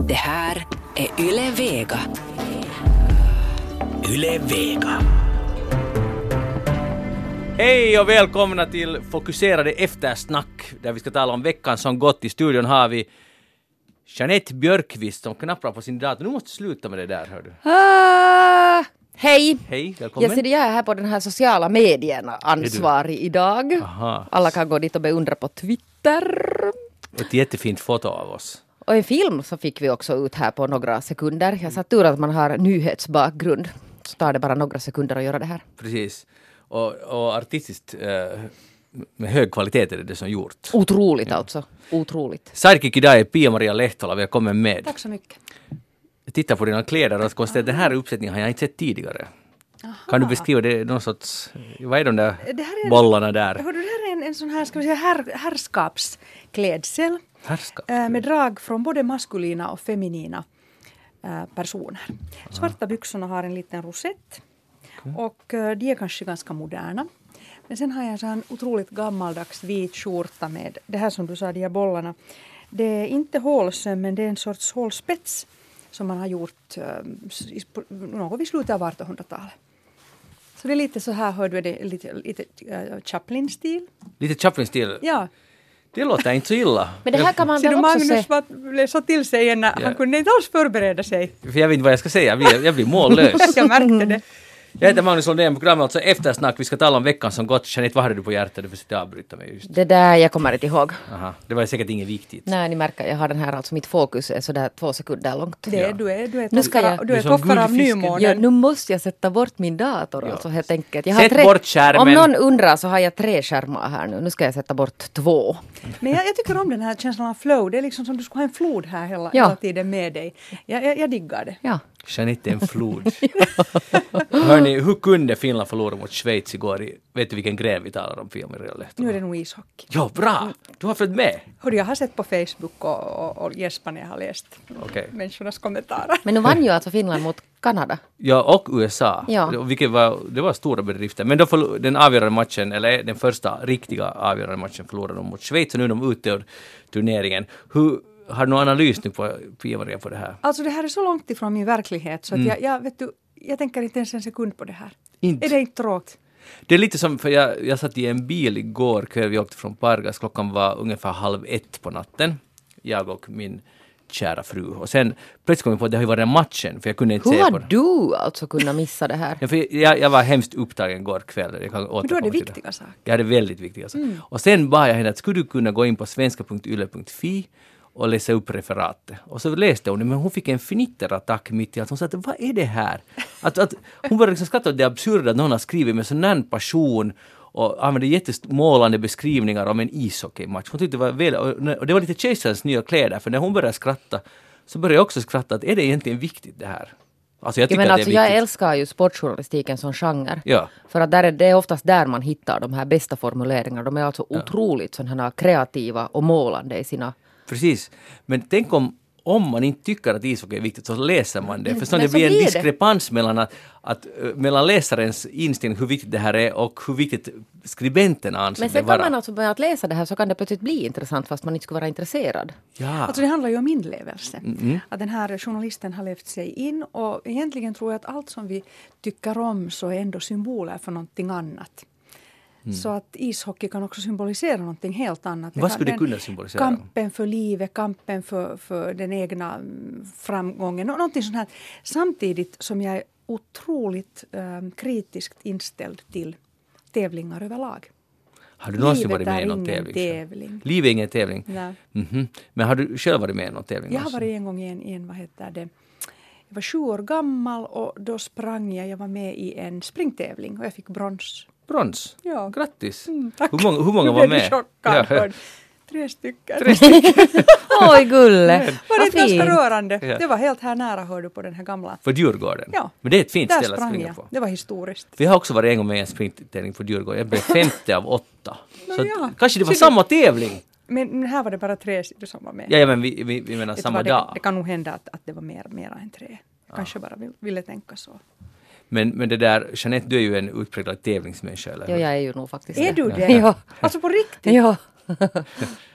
Det här är Yle Vega. Yle Vega. Hej och välkomna till fokuserade eftersnack där vi ska tala om veckan som gått. I studion har vi Jeanette Björkqvist som knappar på sin dator. Nu måste sluta med det där, hör du. Hej! Hej, välkommen. Jag är här på den här sociala medierna ansvarig idag. Aha. Alla kan gå dit och beundra på Twitter. Ett jättefint foto av oss. Och en film så fick vi också ut här på några sekunder. Jag sa tur att man har nyhetsbakgrund. Så tar det bara några sekunder att göra det här. Precis. Och artistiskt med hög kvalitet är det som gjort. Otroligt alltså. Otroligt. Sidekick idag är Pia-Maria Lehtola. Välkommen med. Tack så mycket. Titta på dina kläder och konstatera att den här uppsättningen har jag inte sett tidigare. Aha. Kan du beskriva det? Någon sorts, vad är de där bollarna där? Det här är en sån här, ska vi säga, herrskapsklädsel. Med drag från både maskulina och feminina personer. Svarta byxorna har en liten rosett. Och de är kanske ganska moderna. Men sen har jag en sån otroligt gammaldags vit skjorta med det här som du sa, de här bollarna. Det är inte hålsöm, men det är en sorts hålspets som man har gjort något vid slutet av 1800-talet. Så det är lite så här, hör du, det är lite Chaplin-stil. Lite Chaplin-stil? Ja. Det låter inte så illa. Men det här kan man väl också Magnus sa till sig igen, han kunde inte alls förbereda sig. För jag vet inte vad jag ska säga, jag blir mållös. Jag märkte det. Jag heter Magnus Lundén, programmet alltså Eftersnack. Vi ska tala om veckan som gått. Jeanette, vad hade du på hjärtat? Du får sitta och avbryta mig just. Det där jag kommer inte ihåg. Aha, det var säkert inget viktigt. Nej, ni märker, jag har den här, alltså mitt fokus är sådär 2 sekunder långt. Du är toffare av nymånen. Ja, nu måste jag sätta bort min dator, alltså helt enkelt. Jag har Sätt bort skärmen. Om någon undrar så har jag 3 skärmar här nu. Nu ska jag sätta bort 2. Men jag tycker om den här känslan av flow. Det är liksom som du skulle ha en flod här hela tiden med dig. Jag diggar det. Ja. Jeanette är en flod. Hörni, hur kunde Finland förlora mot Schweiz igår? Vet du vilken gren vi talar om, Pia-Maria Lehtola? Nu är det nog ishockey. Ja, bra! Du har följt med. Hörde, jag har sett på Facebook och gäspat när jag har läst människornas kommentarer. Men nu vann ju alltså Finland mot Kanada. Ja, och USA. Ja. Det var stora bedrifter. Men då den avgörande matchen, eller den första riktiga avgörande matchen, förlorade de mot Schweiz och nu är de ute ur turneringen. Har du någon analys nu på Pia-Maria på det här? Alltså det här är så långt ifrån min verklighet så att jag tänker inte ens en sekund på det här. Inte. Är det inte tråkigt? Det är lite som, för jag satt i en bil igår kväll, vi åkte från Pargas, klockan var ungefär 12:30 på natten. Jag och min kära fru. Och sen plötsligt kom jag på att det har ju varit en matchen, för jag kunde inte se på det. Hur har du alltså kunnat missa det här? Ja, för jag var hemskt upptagen igår kväll. Men då är det viktiga saker. Ja, det är väldigt viktiga saker. Och sen bad jag henne att skulle du kunna gå in på svenska.yle.fi och läsa upp referatet. Och så läste hon det, men hon fick en fnitterattack mitt i allt. Hon sa att vad är det här? Att hon började liksom skratta åt det absurda att någon har skrivit med sån passion och använde jättemålande beskrivningar om en ishockeymatch. Hon tyckte det var väl, och det var lite Kejsarens nya kläder, för när hon började skratta så började jag också skratta att är det egentligen viktigt det här? Alltså jag tycker att det är viktigt. Jag älskar ju sportjournalistiken som genre. Ja. För att det är oftast där man hittar de här bästa formuleringarna. De är alltså otroligt sådana kreativa och målande i sina... Precis, men tänk om man inte tycker att ishockey är viktigt så läser man det. För så det blir en diskrepans mellan läsarens inställning hur viktigt det här är och hur viktigt skribenten anser det vara. Men sen kan man alltså börja att läsa det här så kan det plötsligt bli intressant fast man inte skulle vara intresserad. Ja. Alltså det handlar ju om inlevelse. Att den här journalisten har levt sig in och egentligen tror jag att allt som vi tycker om så är ändå symboler för någonting annat. Så att ishockey kan också symbolisera någonting helt annat. Vad skulle det kunna symbolisera? Kampen för livet, kampen för den egna framgången. Någonting sånt här. Samtidigt som jag är otroligt kritiskt inställd till tävlingar överlag. Har du någonsin varit med i någon tävling? Livet är ingen tävling? Nej. Mm-hmm. Men har du själv varit med i någon tävling? Jag har varit en gång i en jag var 7 år gammal och då sprang jag var med i en springtävling och jag fick brons. Brons? Ja. Grattis. Tack. Hur många var med? Chockad. Ja. 3 stycken. Oj, gulle. Var det ganska rörande? Ja. Det var helt här nära, hör du, på den här gamla. För Djurgården? Ja. Men det är ett fint där ställe att springa på. Det var historiskt. Vi har också varit en gång med i en springtävling på Djurgården. Jag blev 5:e av 8. Så kanske det var samma tävling. Men här var det bara 3 som var med. Ja, men vi menar samma dag. Det kan nog hända att det var mer än 3. Kanske bara ville tänka så. Men det där, Jeanette, du är ju en utpräglad tävlingsmänniska, eller? Ja, jag är ju nog faktiskt det. Är du det? Ja. Alltså på riktigt? Ja.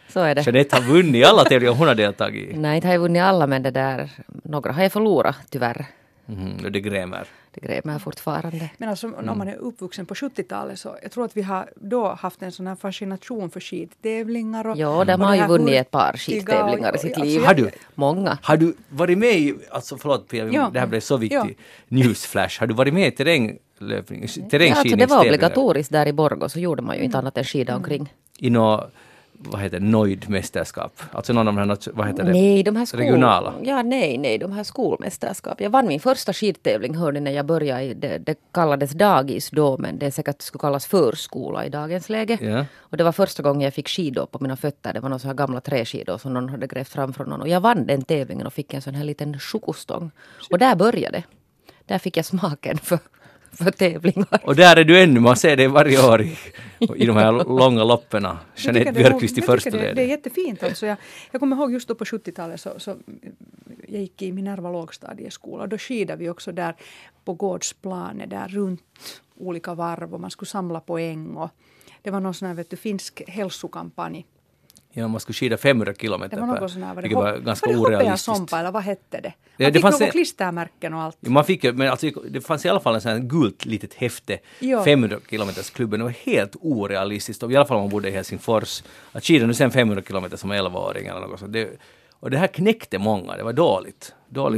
Så är det. Jeanette har vunnit alla tävlingar hon har deltagit i. Nej, inte har jag vunnit alla, men det där, några har jag förlorat tyvärr. Och det grämer. Det grämer fortfarande. Men alltså om man är uppvuxen på 70-talet så jag tror att vi har då haft en sån här fascination för skidtävlingar. Och, Ja, där man har ju vunnit ett par skidtävlingar i sitt liv. Har du? Många. Har du varit med i, alltså förlåt Pia, det här blev så viktigt, newsflash, har du varit med i terrängskidningstävlingar? Alltså det var obligatoriskt där i Borgå, så gjorde man ju inte annat än skida omkring. I något, vad heter det, nöjdmästerskap? Alltså någon av de här, vad heter det? Nej, de här regionala? Ja, nej, de här skolmästerskap. Jag vann min första skidtävling, hörde när jag började i, det kallades dagis då, men det säkert skulle kallas förskola i dagens läge. Ja. Och det var första gången jag fick skidor på mina fötter. Det var några så här gamla träskidor som någon hade grävt fram från någon. Och jag vann den tävlingen och fick en sån här liten chokostång. Och där började det. Där fick jag smaken för tävlingar. Och där är du ännu, man ser det varje år i de här långa loppen. Jeanette Björkqvist i första ledet. Det är jättefint. Alltså jag kommer ihåg just då på 70-talet så jag gick i Minerva lågstadieskola. Då skidade vi också där på gårdsplanet där runt olika varv och man skulle samla poäng. Och det var någon sån här finsk hälsokampanj. Ja, man skulle skida 500 kilometer. Det var något sån här. Vilket var ganska var det orealistiskt. Sompa, eller vad hette det? Ja, Man det fick fanns något klistermärken och allt. Ja, man fick, men alltså, det fanns i alla fall en sån här gult litet häfte, 500 kilometers klubben. Det var helt orealistiskt. Och i alla fall om man bodde i Helsingfors. Att skida nu sen 500 kilometer som 11-åring eller något så. Och det här knäckte många. Det var dåligt,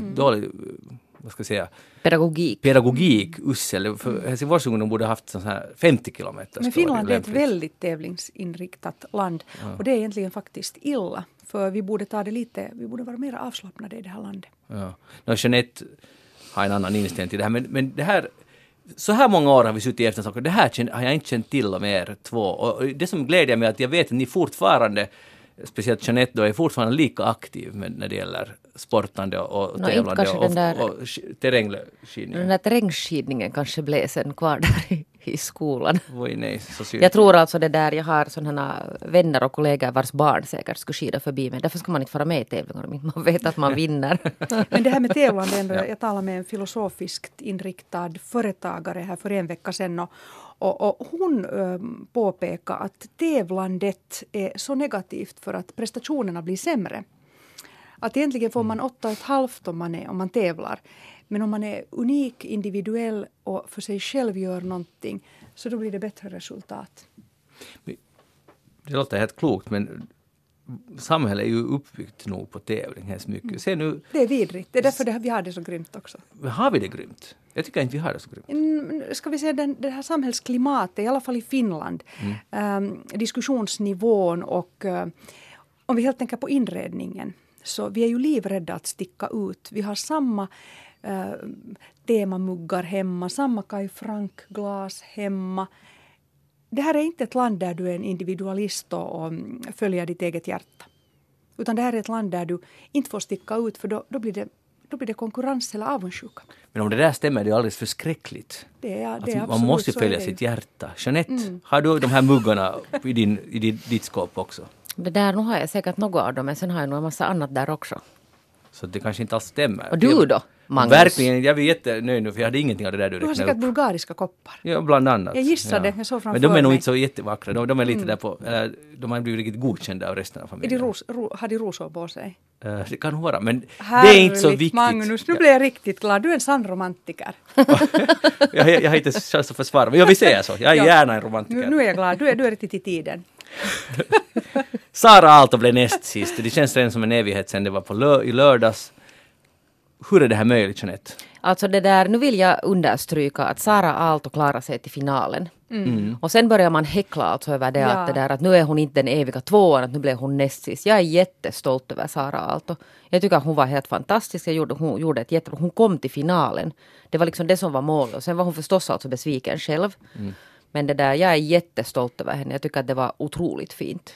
vad ska jag säga? Pedagogik, ussel. För Helsingfors ungdom borde haft sån här 50 kilometer. Men Finland är ett väldigt tävlingsinriktat land. Ja. Och det är egentligen faktiskt illa. För vi borde vara mer avslappnade i det här landet. Ja. Jeanette har en annan inställning till det här. Men det här, så här många år har vi suttit i eftersnack. Det här har jag inte känt till om er två. Och det som glädjer mig är att jag vet att ni fortfarande, speciellt Jeanette då, är fortfarande lika aktiv när det gäller sportande och tävlande och terrängskidning. Den där terrängskidningen kanske blev sen kvar där i skolan. Oj, nej, så synd. Jag tror alltså det där, jag har sådana vänner och kollegor vars barn säkert skulle skida förbi mig. Därför ska man inte vara med i tävlingar om man vet att man vinner. Men det här med tävlande, jag talade med en filosofiskt inriktad företagare här för en vecka sedan och hon påpekar att tävlandet är så negativt för att prestationerna blir sämre. Att egentligen får man 8,5 om man tävlar. Men om man är unik, individuell och för sig själv gör någonting så då blir det bättre resultat. Det låter helt klokt, men samhället är ju uppbyggt nog på tävling helt mycket. Det är vidrigt. Det är därför vi har det så grymt också. Har vi det grymt? Jag tycker inte vi har det så grymt. Ska vi säga det här samhällsklimatet, i alla fall i Finland, diskussionsnivån och om vi helt enkelt på inredningen. Så vi är ju livrädda att sticka ut. Vi har samma temamuggar hemma, samma Kai Frank-glas hemma. Det här är inte ett land där du är en individualist och följer ditt eget hjärta. Utan det här är ett land där du inte får sticka ut för då blir det konkurrens eller avundsjuka. Men om det där stämmer, det är alldeles förskräckligt. Det är absolut, man måste följa sitt hjärta. Jeanette, har du de här muggarna i ditt skåp också? Det där, nu har jag säkert något av dem, men sen har jag nog en massa annat där också. Så det kanske inte alls stämmer. Och du då, Magnus? Verkligen, jag är jättenöjd nu för jag hade ingenting av det där du räknade upp. Du har säkert bulgariska koppar. Ja, bland annat. Jag gissade, jag såg framför mig. Men de är nog inte så jättevackra. De är lite där på, de har blivit riktigt godkända av resten av familjen. Har de rosor på sig? Det kan vara, men det är inte så viktigt. Magnus, nu blir jag riktigt glad. Du är en sann romantiker. jag har inte chans att försvara, men vi säger så. Jag är gärna en romantiker. Nu är jag glad. Du är riktigt i tiden. Sara Aalto blev näst sist. Det känns redan som en evighet sedan det var i lördags. Hur är det här möjligt, Jeanette? Alltså det där, nu vill jag understryka att Sara Aalto klarar sig till finalen. Och sen börjar man häckla alltså över det, att det där att nu är hon inte den eviga tvåan, att nu blev hon näst sist. Jag är jättestolt över Sara Aalto. Jag tycker att hon var helt fantastisk. Hon gjorde ett hon kom till finalen. Det var liksom det som var målet. Och sen var hon förstås alltså besviken själv. Men det där, jag är jättestolt över henne. Jag tycker att det var otroligt fint.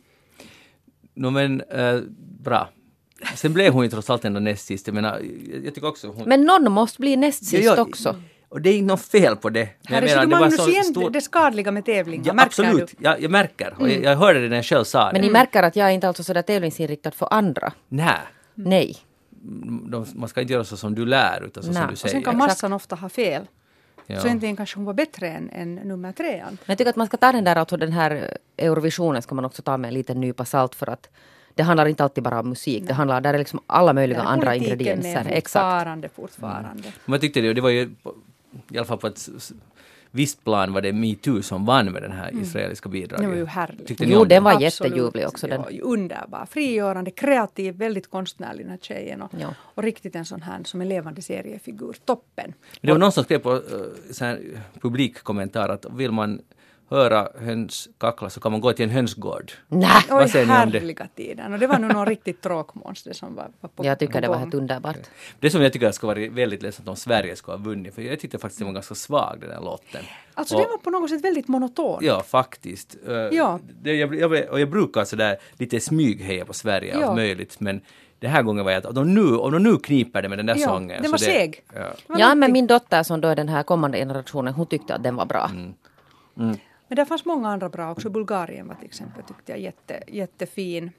Bra. Sen blev hon ju trots allt ändå näst sist. Jag tycker också men någon måste bli näst sist också. Och det är inte något fel på det. Här du Magnus igen det skadliga med tävlingar. Ja, absolut. Jag märker. Och jag hörde det när jag själv sa det. Men ni märker att jag är inte alltså sådär tävlingsinriktad för andra. Nej. Man ska inte göra så som du lär utan så som du säger. Och sen kan massan ofta ha fel. Ja. Så egentligen kanske hon var bättre än nummer 3. Men jag tycker att man ska ta den här Eurovisionen ska man också ta med en liten nypa salt för att det handlar inte alltid bara om musik. Det handlar, där är liksom alla möjliga andra ingredienser. Exakt. Fortfarande. Men jag tyckte det var ju i alla fall på ett visst plan var det MeToo som vann med den här israeliska bidraget. Det var ju härligt. Jo, den var jätteljuvlig också. Den. Ja, underbar, frigörande, kreativ, väldigt konstnärlig den här tjejen. Och riktigt en sån här som en levande seriefigur. Toppen. Det var någon som skrev på publikkommentar att vill man höra höns kackla så kan man gå till en hönsgård. Nej. Oj, härliga tiden. Och det var nog någon riktigt tråkmåns som var på jag tycker det var helt underbart. Det som jag tycker skulle vara väldigt ledsamt om Sverige skulle ha vunnit. För jag tyckte faktiskt det var ganska svag den där lotten. Alltså det var på något sätt väldigt monoton. Ja, faktiskt. Ja. Jag brukar sådär lite smygheja på Sverige allt möjligt. Men den här gången var jag att om de nu kniper det med den där sången. Den var seg. Ja, men min dotter som då är den här kommande generationen, hon tyckte att den var bra. Men det fanns många andra bra också. Bulgarien var till exempel tyckte jag jättefin.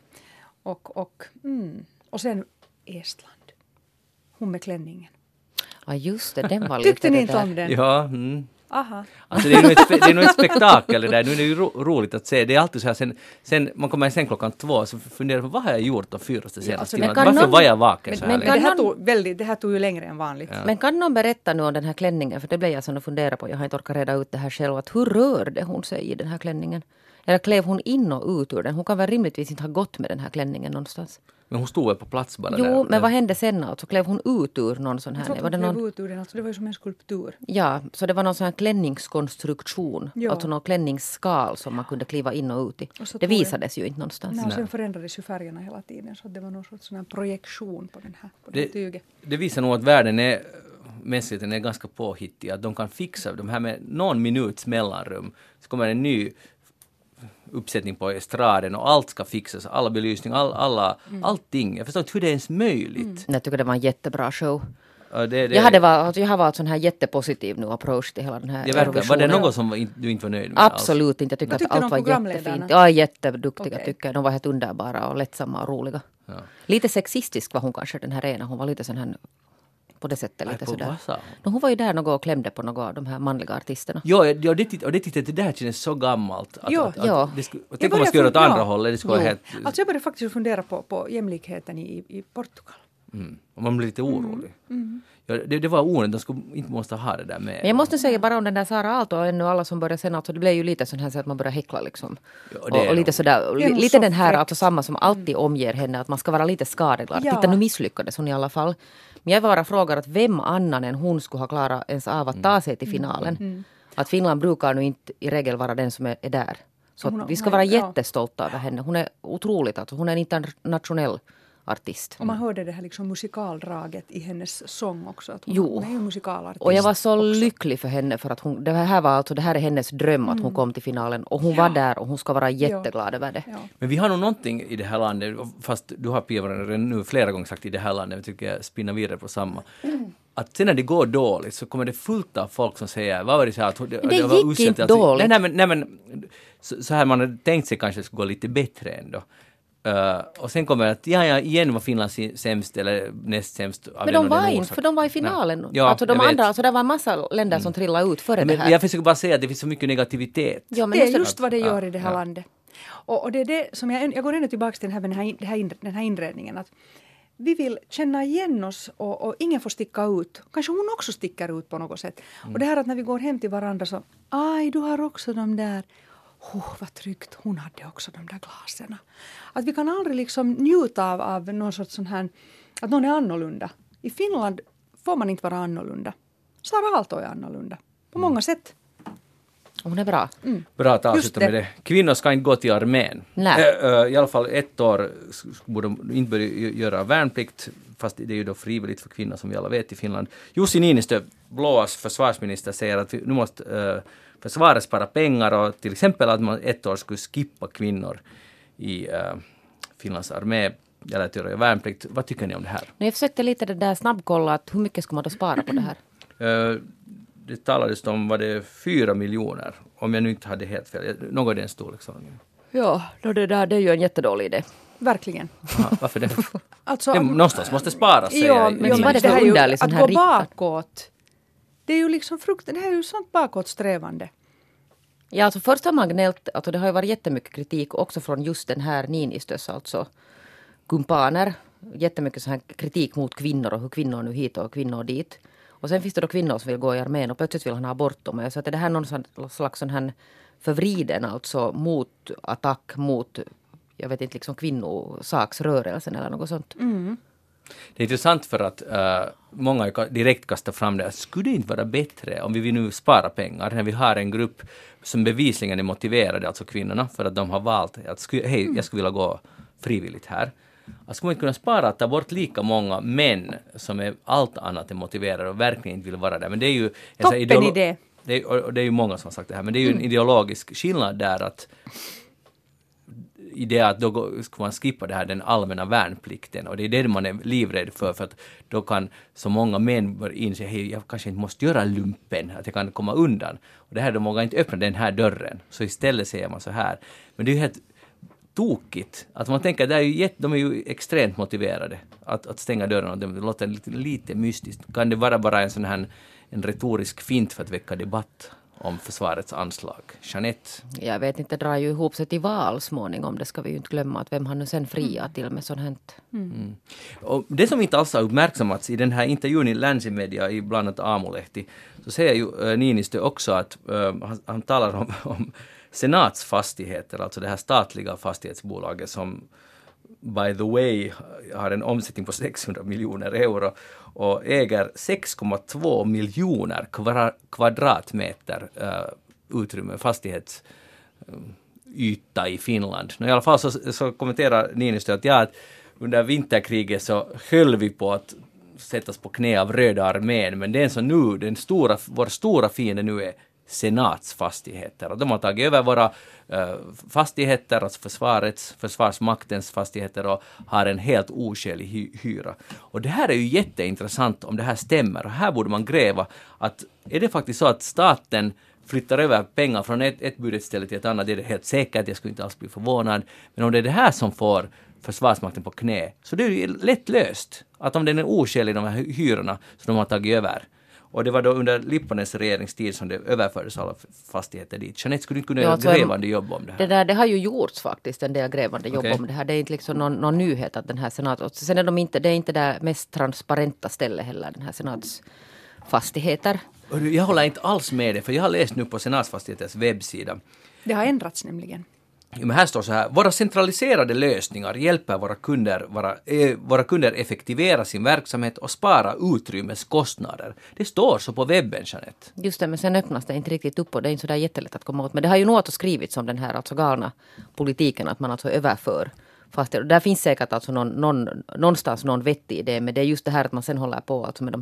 Och sen Estland. Hon med klänningen. Ja just det, den var lite tyckte ni inte om den? Ja. Aha. Alltså det är nog ett spektakel det där. Nu är det ju roligt att se. Det är alltid så här sen man kommer sen 2:00 så funderar man vad har jag gjort de 4 senaste timmarna? Varför var jag vaken så här länge? Det här tog ju längre än vanligt. Ja. Men kan någon berätta nu om den här klänningen? För det blev jag sån att fundera på. Jag har inte orkat reda ut det här själv. Att hur rörde hon sig i den här klänningen? Eller klev hon in och ut ur den? Hon kan väl rimligtvis inte ha gått med den här klänningen någonstans. Men hon stod väl på plats bara jo, där. Men vad hände sen? Så klev hon ut ur någon sån här? Jag tror hon klev ut ur den. Alltså det var ju som en skulptur. Ja, så det var någon sån här klänningskonstruktion. Ja. Alltså någon klänningsskal som man kunde kliva in och ut i. Det visades ju inte någonstans. Nej, och sen förändrades ju färgerna hela tiden. Så det var någon sorts sån här projektion på den här tyget. Det visar nog att världen är mänskligheten är ganska påhittig. Att de kan fixa de här med någon minuts mellanrum. Så kommer en ny uppsättning på estraden och allt ska fixas. Alla belysning, allting. Jag förstår inte hur det är ens möjligt. Jag tycker det var en jättebra show. Jag har varit sån här jättepositiv nu approach till hela den här Eurovisionen. Var det något som du inte var nöjd med? Absolut inte. Jag tycker att allt var jättefint. Ja, jätteduktiga tycker jag. De var helt underbara och lättsamma och roliga. Ja. Lite sexistisk var hon kanske den här ena. Hon var lite sån här på det sättet lite sådär. Hon var ju där och klämde på några av de här manliga artisterna. Ja, det tyckte att det där känns så gammalt. Tänk om man skulle göra åt andra hållet. Det skulle helt... Alltså jag började faktiskt fundera på jämlikheten i Portugal. Och man blir lite orolig. Ja, det var onödigt, de skulle inte måste ha det där med. Men jag måste säga bara om den där Sara Aalto och ännu alla som börjar sen, alltså det blev ju lite sån här så att man börjar häckla liksom. Ja, och lite sådär, lite den här alltså samma som alltid omger henne, att man ska vara lite skadeglad. Ja. Titta, nu misslyckades hon i alla fall. Men jag bara frågar att vem annan än hon skulle ha klarat ens av att ta sig till finalen. Att Finland brukar nu inte i regel vara den som är där. Så att vi ska vara jättestolta över henne. Hon är otroligt, alltså hon är en internationell artist. Och man hörde det här liksom musikaldraget i hennes sång också. Att hon är ju musikalartist. Och jag var så lycklig för henne för att det här är hennes dröm att hon kom till finalen. Och hon var där och hon ska vara jätteglad över det. Ja. Men vi har nog någonting i det här landet, fast du har Pia nu flera gånger sagt i det här landet, jag tycker jag spinner vidare på samma. Att sen när det går dåligt så kommer det fullt av folk som säger, vad var det så här? Det gick inte dåligt. Nej, men så här man hade tänkt sig kanske skulle gå lite bättre ändå. Och sen kommer att igen var Finland sämst eller näst sämst. Men de var inte, för de var i finalen. Ja, alltså de andra, alltså det var en massa länder som trillade ut före det här. Jag försöker bara säga att det finns så mycket negativitet. Ja, men det är just vad det gör i det här landet. Och det är det som jag går ännu tillbaka till den här inredningen. Att vi vill känna igen oss och ingen får sticka ut. Kanske hon också sticker ut på något sätt. Och det här att när vi går hem till varandra så, aj, du har också de där. Vad tryggt, hon hade också de där glaserna. Att vi kan aldrig liksom njuta av någon sorts sån här, att någon är annorlunda. I Finland får man inte vara annorlunda. Sara Aalto är annorlunda. På många sätt. Hon är bra. Bra att avsluta med det. Kvinnor ska inte gå till armén. I alla fall 1 år borde de inte börja göra värnplikt. Fast det är ju då frivilligt för kvinnor som vi alla vet i Finland. Jussi Niinistö, blåas försvarsminister, säger att vi nu måste försvaret spara pengar och till exempel att man 1 år skulle skippa kvinnor i Finlands armé eller att göra värnplikt. Vad tycker ni om det här? Jag försökte lite det där snabbkolla att hur mycket ska man då spara på det här? Det talades om var det 4 miljoner om jag nu inte hade helt fel. Något i den storleksordningen. Ja, det är ju en jättedålig idé. Verkligen. Aha, varför det? Alltså, någonstans måste sparas. Ja, men var det här underligt, att gå bakåt. Det är ju liksom frukten, det här är ju sånt bakåtsträvande. Ja, alltså först har man gnällt, alltså det har ju varit jättemycket kritik också från just den här Niinistös, alltså kumpaner. Jättemycket så här kritik mot kvinnor och hur kvinnor nu hit och kvinnor dit. Och sen finns det då kvinnor som vill gå i armén och plötsligt vill han ha bort dem. Så att det här är någon slags sån här förvriden, alltså mot attack mot, jag vet inte, liksom kvinnosaksrörelsen eller något sånt. Mm. Det är intressant för att många direkt kastar fram det. Skulle det inte vara bättre om vi vill nu spara pengar när vi har en grupp som bevisligen är motiverade, alltså kvinnorna, för att de har valt att jag skulle vilja gå frivilligt här. Att skulle man inte kunna spara att ta bort lika många män som är allt annat än motiverade och verkligen inte vill vara där. Men det är ju toppen idé. Det är ju många som har sagt det här, men det är ju en ideologisk skillnad där att i det att då ska man skippa det här den allmänna värnplikten, och det är det man är livrädd för att då kan så många män börja inse, hej, jag kanske inte måste göra lumpen, att jag kan komma undan, och det här, de vågar inte öppna den här dörren, så istället säger man så här. Men det är ju helt tokigt att man tänker att de är ju extremt motiverade att stänga dörren, och det låter lite mystiskt. Kan det vara bara en sån här en retorisk fint för att väcka debatt om försvarets anslag? Jeanette? Jag vet inte, det drar ju ihop sig till val småningom. Det ska vi ju inte glömma, att vem har nu sen fria till med sånt hänt. Mm. Och det som inte alls har uppmärksammats i den här intervjun i Länsimedia i bland annat Aamulehti, så säger ju Niinistö också att han talar om senatsfastigheter, alltså det här statliga fastighetsbolaget som by the way har en omsättning på 600 miljoner euro och äger 6,2 miljoner kvadratmeter utrymme, fastighetsyta i Finland. I alla fall så kommenterar Niinistö att under vinterkriget så höll vi på att sättas på knä av Röda armén, men den som nu, vår stora fiende nu är senatsfastigheter. De har tagit över våra fastigheter, alltså försvarsmaktens fastigheter, och har en helt oskälig hyra. Och det här är ju jätteintressant om det här stämmer. Och här borde man gräva att är det faktiskt så att staten flyttar över pengar från ett budgetställe till ett annat, det är det helt säkert, jag skulle inte alls bli förvånad. Men om det är det här som får försvarsmakten på knä, så det är ju lätt löst. Att om den är oskälig, de här hyrorna som de har tagit över. Och det var då under Lipponens regeringstid som det överfördes alla fastigheter dit. Jeanette, skulle du inte kunna göra grävande jobb om det här? Det har ju gjorts faktiskt en del grävande jobb om det här. Det är inte liksom någon nyhet att den här senat... Sen är det är inte det mest transparenta stället heller, den här senatsfastigheter. Jag håller inte alls med det, för jag har läst nu på senatsfastigheters webbsida. Det har ändrats nämligen. Men här står så här: våra centraliserade lösningar hjälper våra kunder effektivera sin verksamhet och spara utrymmeskostnader. Det står så på webben, Jeanette. Just det, men sen öppnas det inte riktigt upp och det är inte så där jättelätt att komma åt. Men det har ju något skrivits om den här alltså galna politiken, att man alltså överför fastigheter. Där finns säkert alltså någonstans någon vettig idé, men det är just det här att man sen håller på alltså med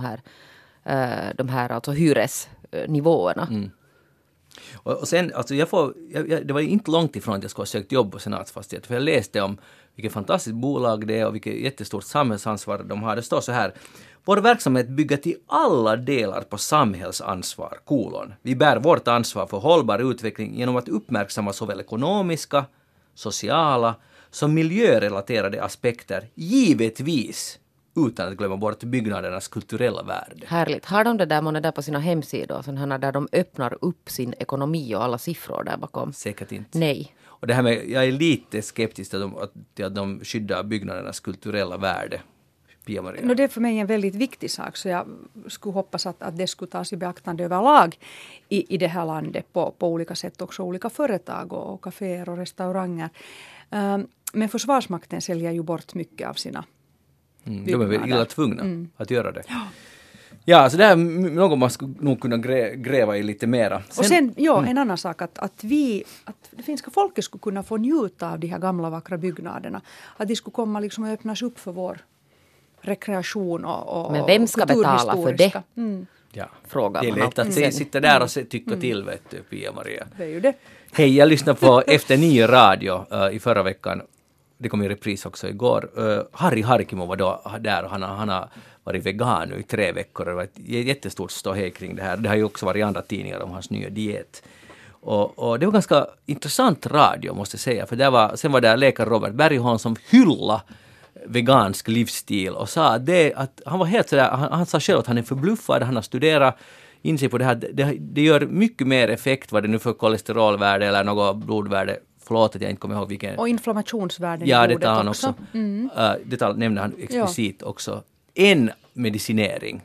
de här alltså hyresnivåerna. Mm. Och sen, alltså det var inte långt ifrån att jag skulle ha sökt jobb på senatsfastighet, för jag läste om vilket fantastiskt bolag det är och vilket jättestort samhällsansvar de har. Det står så här: vår verksamhet bygger till alla delar på samhällsansvar, Vi bär vårt ansvar för hållbar utveckling genom att uppmärksamma såväl ekonomiska, sociala som miljörelaterade aspekter, givetvis utan att glömma bort byggnadernas kulturella värde. Härligt. Har de det där på sina hemsidor, sådana där de öppnar upp sin ekonomi och alla siffror där bakom? Säkert inte. Nej. Och det här med, jag är lite skeptisk till att de skyddar byggnadernas kulturella värde. No, det är för mig en väldigt viktig sak, så jag skulle hoppas att det skulle tas i beaktande överlag i det här landet på olika sätt, också olika företag och kaféer och restauranger. Men Försvarsmakten säljer ju bort mycket av sina de är väl illa tvungna att göra det. Ja, så det är något man skulle nog kunna gräva i lite mera. Och sen, en annan sak, att det finska folket skulle kunna få njuta av de här gamla vackra byggnaderna. Att de skulle komma liksom att öppnas upp för vår rekreation och men vem ska betala för det? Ja, frågar det är lätt att sitta där och tycka till, vet du, Pia-Maria. Det är ju det. Hej, jag lyssnade på Efter 9 radio i förra veckan. Det kom i repris också igår. Harri Harkimo var då där och han har varit vegan nu i 3 veckor. Det var ett jättestort ståhej kring det här. Det har ju också varit andra tidningar om hans nya diet. Och det var ganska intressant radio, måste jag säga. För sen var där läkare Robert Bergholm som hyllade vegansk livsstil och sa att han var helt sådär, han sa själv att han är förbluffad, han har studerat inse på det här. Det gör mycket mer effekt vad det nu för kolesterolvärde eller något blodvärde. Förlåt att jag inte kommer ihåg vilken. Och inflammationsvärden ja, i blodet han också. Det nämner han explicit också. En medicinering.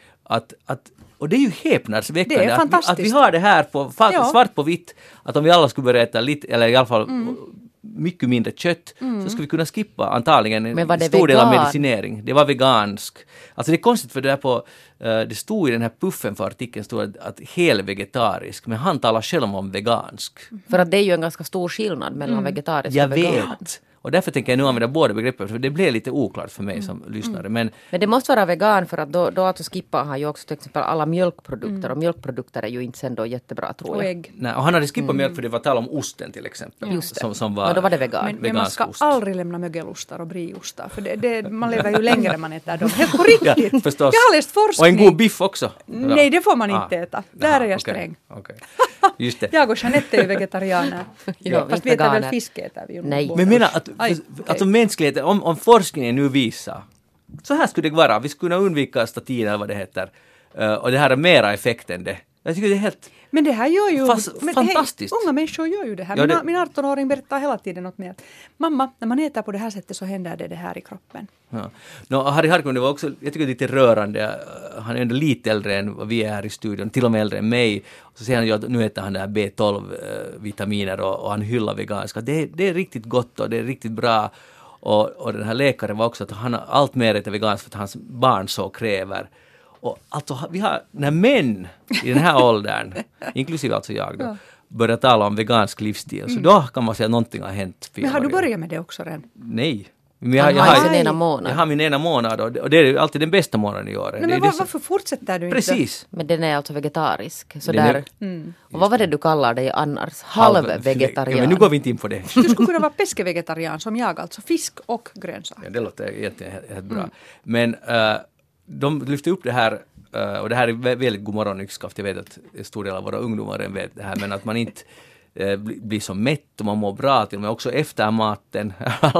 Och det är ju häpnadsväckande det är att vi har det här på svart på vitt. Att om vi alla skulle börja äta lite, eller i alla fall mycket mindre kött, så skulle vi kunna skippa antagligen en stor del av medicinering. Det var vegansk. Alltså det är konstigt för det stod i den här puffen för artikeln stod att helvegetarisk, men han talar själv om vegansk. För att det är ju en ganska stor skillnad mellan vegetarisk och vegan. Jag vet. Och därför tänker jag nu använda båda begreppen, för det blev lite oklart för mig som lyssnare. Men det måste vara vegan, för att då att skippa han ju också till exempel alla mjölkprodukter, och mjölkprodukter är ju inte sen då jättebra, tror jag. Och ägg. Nej, och han hade skippat mjölk för det var tal om osten till exempel. Just det. Som var, då var det vegan. Men man ska aldrig lämna mögelostar och briostar, för man lever ju längre än man äter dem. Helt på riktigt. Ja, förstås. Jag har läst forskning. Och en god biff också. Nej, det får man inte äta. Där är jag sträng. Okay. Just det. Jag och Jeanette är ju vegetarianer. Fast vi äter väl fisk, äter vi ju. Nej. Men menar att mänskligheten, om forskningen nu visar, så här skulle det vara. Vi skulle kunna undvika statin eller vad det heter. Och det här är mera effekt än det. Jag tycker det är helt men det här gör ju fantastiskt. Unga människor gör ju det här. Ja, min 18-åring berättar hela tiden åt mig att mamma, när man äter på det här sättet så händer det här i kroppen. Ja. Harry Harkimo, det var också, jag tycker det är lite rörande. Han är ändå lite äldre än vad vi är här i studion, till och med äldre än mig. Och så säger han ju att nu äter han det här B12-vitaminer och han hyllar veganska. Det är riktigt gott och det är riktigt bra. Och den här läkaren var också att han har allt mer äter veganskt för att hans barn så kräver. Och alltså vi har, när män i den här åldern, inklusive alltså jag då, börjar tala om vegansk livsstil, så då kan man säga att någonting har hänt. Men har du börjat med det också redan? Nej. Men jag har min ena månad och det är alltid den bästa månaden i år. Nej, men varför fortsätter du inte? Precis. Men den är alltså vegetarisk. Så där. Och vad var det du kallar dig annars? Halvvegetarian. Ja, men nu går vi inte in på det. Du skulle kunna vara peskevegetarian som jag, alltså fisk och grönsaker. Ja, det låter egentligen helt bra. Men de lyfter upp det här, och det här är väldigt god morgon yxskaft. Jag vet att en stor del av våra ungdomar vet det här, men att man inte blir så mätt och man mår bra till och med också efter maten.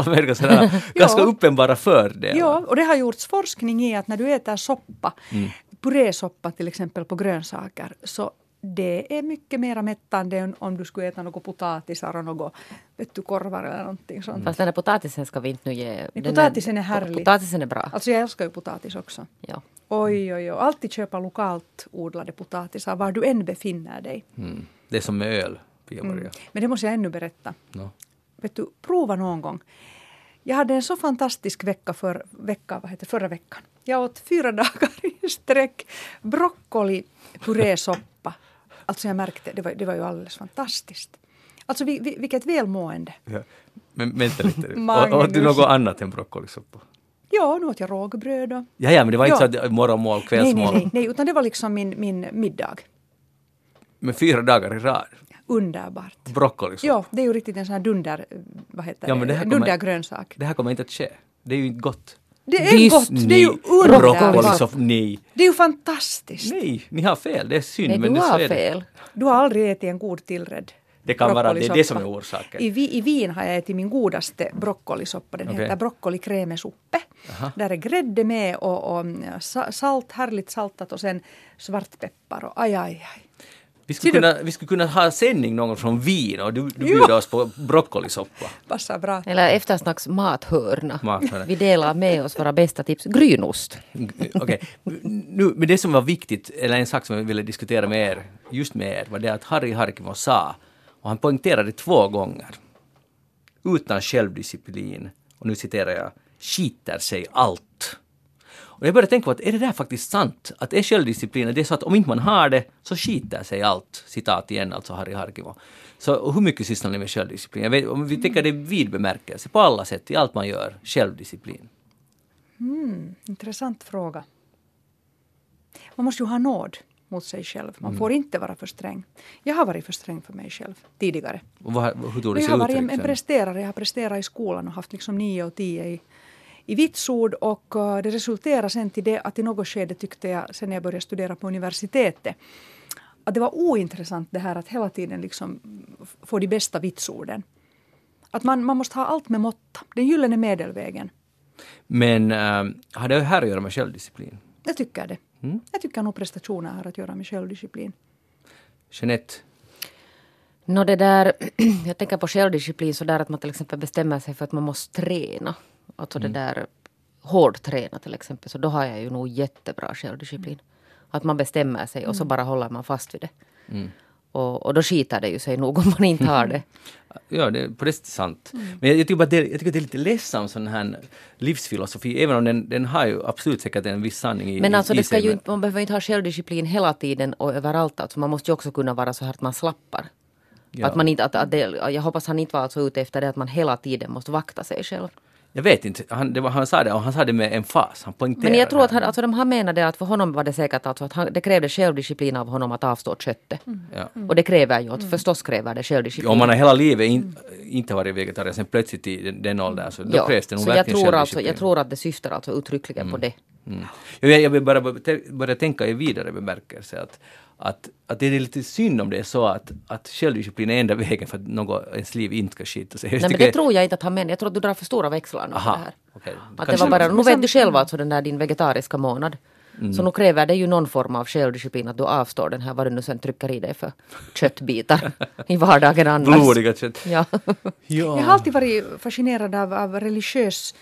Ganska uppenbara för det. Ja, och det har gjorts forskning i att när du äter soppa, purésoppa till exempel på grönsaker, så det är mycket mer mättande än om du skulle äta något potatisar och något korvar eller någonting sånt. Fast den här potatisen ska vi inte nu ge. Potatisen är härlig. Potatisen är bra. Alltså jag älskar ju potatis också. Ja. Oj. Alltid köpa lokalt odlade potatisar var du än befinner dig. Det är som med öl. Men det måste jag ännu berätta. Vet du, prova någon gång. Jag hade en så fantastisk vecka förra veckan. Jag åt 4 dagar i sträck broccoli purésoppa. Alltså jag märkte, det var ju alldeles fantastiskt. Alltså vilket välmående. Ja. Men vänta lite. Åt du något annat än broccolisoppa? Ja, nu åt jag rågbröd. Ja, men det var inte så att morgonmål, kvällsmål. Nej, utan det var liksom min middag. Med 4 dagar i rad? Underbart. Broccolisoppa? Ja, det är ju riktigt en sån här dundergrönsak. Det här kommer inte att ske. Det är ju inte gott. Det är gott, det är ju underbart. Nej. Det är ju fantastiskt. Nej, ni har fel, det är synd. Nej, men du har fel. Fel. Du har aldrig ätit en god tillredd. Det kan vara det som är orsaken. I Wien har jag ätit min godaste broccolisoppa. Den heter broccolikrämesuppe. Där är grädde med och salt, härligt saltat och sen svartpeppar och aj. Vi skulle kunna ha sändning någon från Wien och du bjuder oss på broccolisoppa. Passar bra. Eller eftersnacks mathörna. Vi delar med oss våra bästa tips. Grynost. Okej. Men det som var viktigt, eller en sak som jag ville diskutera med er, var det att Harry Harkimo sa, och han poängterade 2 gånger, utan självdisciplin, och nu citerar jag, skiter sig allt. Och jag började tänka på att är det där faktiskt sant? Att är självdisciplin, det är så att om inte man har det så skiter sig allt. Citat igen, alltså Harry Harkimo. Så hur mycket sysslar ni med självdisciplin? Jag vet, om vi tänker det vid bemärkelse på alla sätt, i allt man gör, självdisciplin. Intressant fråga. Man måste ju ha nåd mot sig själv. Man får inte vara för sträng. Jag har varit för sträng för mig själv tidigare. Och hur tog det sig jag har varit uttryck en presterare. Jag har presterat i skolan och haft liksom 9 och 10 i vitsord, och det resulterade sen till det att i något skede tyckte jag, sen när jag började studera på universitetet, att det var ointressant det här att hela tiden liksom få de bästa vitsorden. Att man måste ha allt med måtta. Den gyllene medelvägen. Men har det här att göra med självdisciplin? Jag tycker det. Jag tycker nog prestationer har att göra med självdisciplin. Jeanette? Det där, jag tänker på självdisciplin så där att man till exempel bestämmer sig för att man måste träna. Alltså det där hårdträna till exempel. Så då har jag ju nog jättebra självdisciplin. Att man bestämmer sig och så bara håller man fast vid det. Och då skiter det ju sig nog om man inte har det. Ja, det är på det sättet sant. Men jag tycker att det är lite ledsamt sån här livsfilosofi, även om den har ju absolut säkert en viss sanning i Men alltså i det ska sig, ju inte, man behöver inte ha självdisciplin hela tiden och överallt. Alltså man måste ju också kunna vara så här att man slappar. Ja. Att man inte, jag hoppas han inte var alltså ute efter det att man hela tiden måste vakta sig själv. Jag vet inte, han sa det, och han sa det med emfas, han poängterade. Men jag tror att de menade att för honom var det säkert alltså att det krävde självdisciplin av honom att avstå köttet. Ja. Och det kräver ju, förstås kräver det självdisciplin. Om man har hela livet inte varit vegetarian, sen plötsligt i den åldern, så då krävs det nog verkligen självdisciplin. Jag tror att det syftar alltså uttryckligen på det. Jag vill bara börja tänka i vidare bemärkelse att det är lite synd om det är så att självdisciplin är enda vägen för att ens liv inte ska skita sig. Nej, men det tror jag inte att han menar. Jag tror att du drar för stora växlar nu på det här. Okay. Att det var bara, nu vet du själv alltså den där din vegetariska månad. Så nu kräver det ju någon form av självdisciplin att du avstår den här, vad du nu sen trycker i dig för köttbitar i vardagen annars. Blodiga kött. Ja. Jag har alltid varit fascinerad av religiös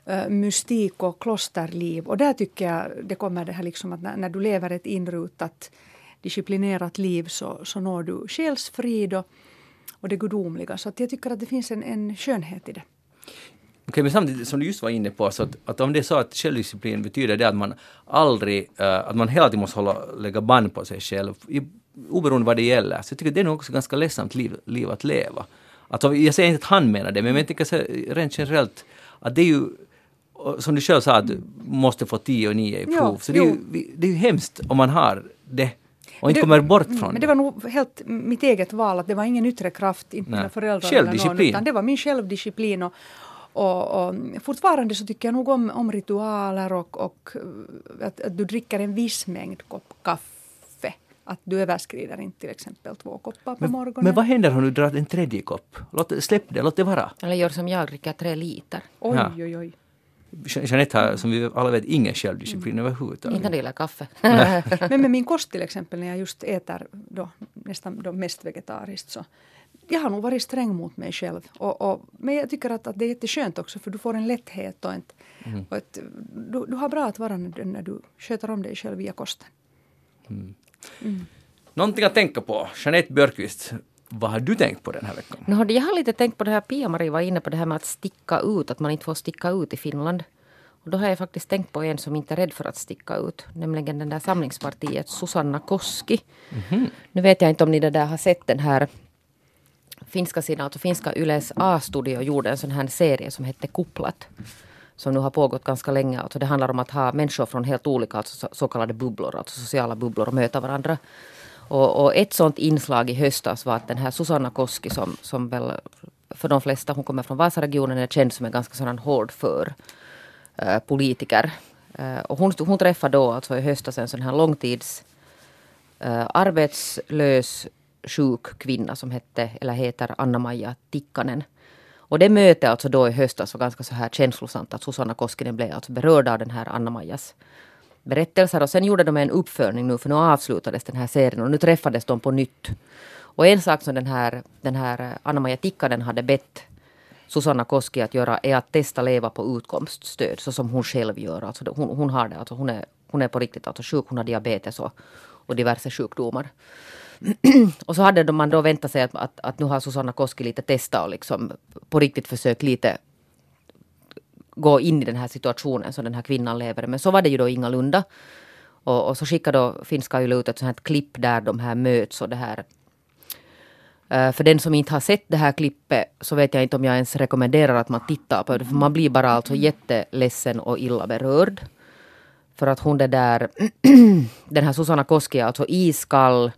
mystik och klosterliv. Och där tycker jag det kommer det här liksom att när du lever ett inrutat disciplinerat liv så når du själsfrid och det gudomliga. Så att jag tycker att det finns en skönhet i det. Okej, men samtidigt som du just var inne på, så att om det är så att självdisciplin betyder det att man aldrig, att man hela tiden måste lägga band på sig själv, oberoende vad det gäller, så jag tycker att det är nog också ganska ledsamt liv att leva. Alltså, jag säger inte att han menar det, men jag tänker så rent generellt att det är ju, som du själv sa, att du måste få 10 och 9 i prov. Så det är ju hemskt om man har det. Och inte kommer bort från det. Men det var nog helt mitt eget val. Att det var ingen yttre kraft, inte mina föräldrar. Självdisciplin. Utan det var min självdisciplin. Och fortfarande så tycker jag nog om ritualer och att du dricker en viss mängd kopp kaffe. Att du överskrider inte till exempel 2 koppar på morgonen. Men vad händer om du drar en 3:e kopp? Släpp det, låt det vara. Eller gör som jag, dricker 3 liter. Oj. Jeanette har, som vi alla vet, ingen självdisciplin överhuvudtaget. Inte när det gäller kaffe. Men med min kost till exempel, när jag just äter nästan mest vegetariskt, så jag har nog varit sträng mot mig själv. Men jag tycker att det är jätteskönt också, för du får en lätthet och du har bra att vara när du sköter om dig själv via kosten. Någonting att tänka på. Jeanette Björkqvist, vad har du tänkt på den här veckan? Jag har lite tänkt på det här, Pia-Marie var inne på det här med att sticka ut, att man inte får sticka ut i Finland. Och då har jag faktiskt tänkt på en som inte är rädd för att sticka ut, nämligen den där samlingspartiet Susanna Koski. Nu vet jag inte om ni det där har sett den här finska sidan, alltså finska Yles A-studio gjorde en sån här serie som hette Kupplat, som nu har pågått ganska länge. Alltså det handlar om att ha människor från helt olika, alltså så kallade bubblor, alltså sociala bubblor, och möta varandra. Och ett sånt inslag i höstas var att den här Susanna Koski som väl för de flesta, hon kommer från Vasaregionen, är känd som en ganska sådan hård för politiker. Och hon träffade då alltså i höstas en sån här långtids arbetslös sjuk kvinna som heter Anna-Maja Tikkanen. Och det mötet alltså då i höstas var ganska så här känslosamt, att Susanna Koskinen blev alltså berörd av den här Anna-Majas berättelser, och sen gjorde de en uppföljning nu, för nu avslutades den här serien och nu träffades de på nytt. Och en sak som den här Anna-Maja Tikkanen hade bett Susanna Koski att göra är att testa leva på utkomststöd, så som hon själv gör. Alltså hon har det, alltså hon är på riktigt alltså sjuk, hon har diabetes och diverse sjukdomar. Och så hade man då väntat sig att nu har Susanna Koski lite testat och liksom på riktigt försökt lite gå in i den här situationen som den här kvinnan lever. Men så var det ju då ingalunda. Och så skickade då finska Yle ut ett sånt här klipp där de här möts och det här. För den som inte har sett det här klippet så vet jag inte om jag ens rekommenderar att man tittar på det. För man blir bara alltså jätteledsen och illa berörd. För att hon den här Susanna Koski är alltså iskall.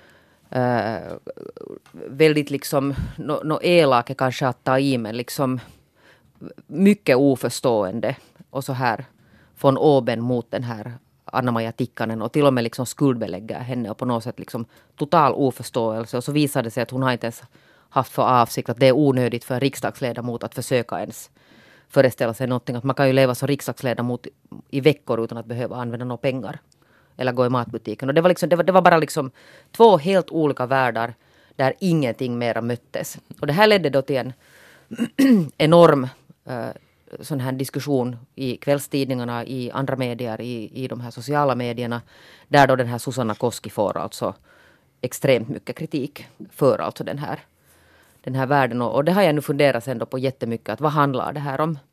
Väldigt liksom, elak är kanske att ta i, men liksom mycket oförstående och så här från oben mot den här Anna-Maja Tikkanen, och till och med liksom skuldbelägger henne och på något sätt liksom total oförståelse, och så visade det sig att hon har inte ens haft för avsikt, att det är onödigt för en riksdagsledamot att försöka ens föreställa sig någonting, att man kan ju leva som riksdagsledamot i veckor utan att behöva använda några pengar eller gå i matbutiken. Och det var, liksom, det var bara liksom 2 helt olika världar där ingenting mera möttes. Och det här ledde då till en enorm sån här diskussion i kvällstidningarna, i andra medier, i de här sociala medierna, där då den här Susanna Koski får alltså extremt mycket kritik för alltså den här världen. Och det har jag nu funderat sen då på jättemycket, att vad handlar det här om?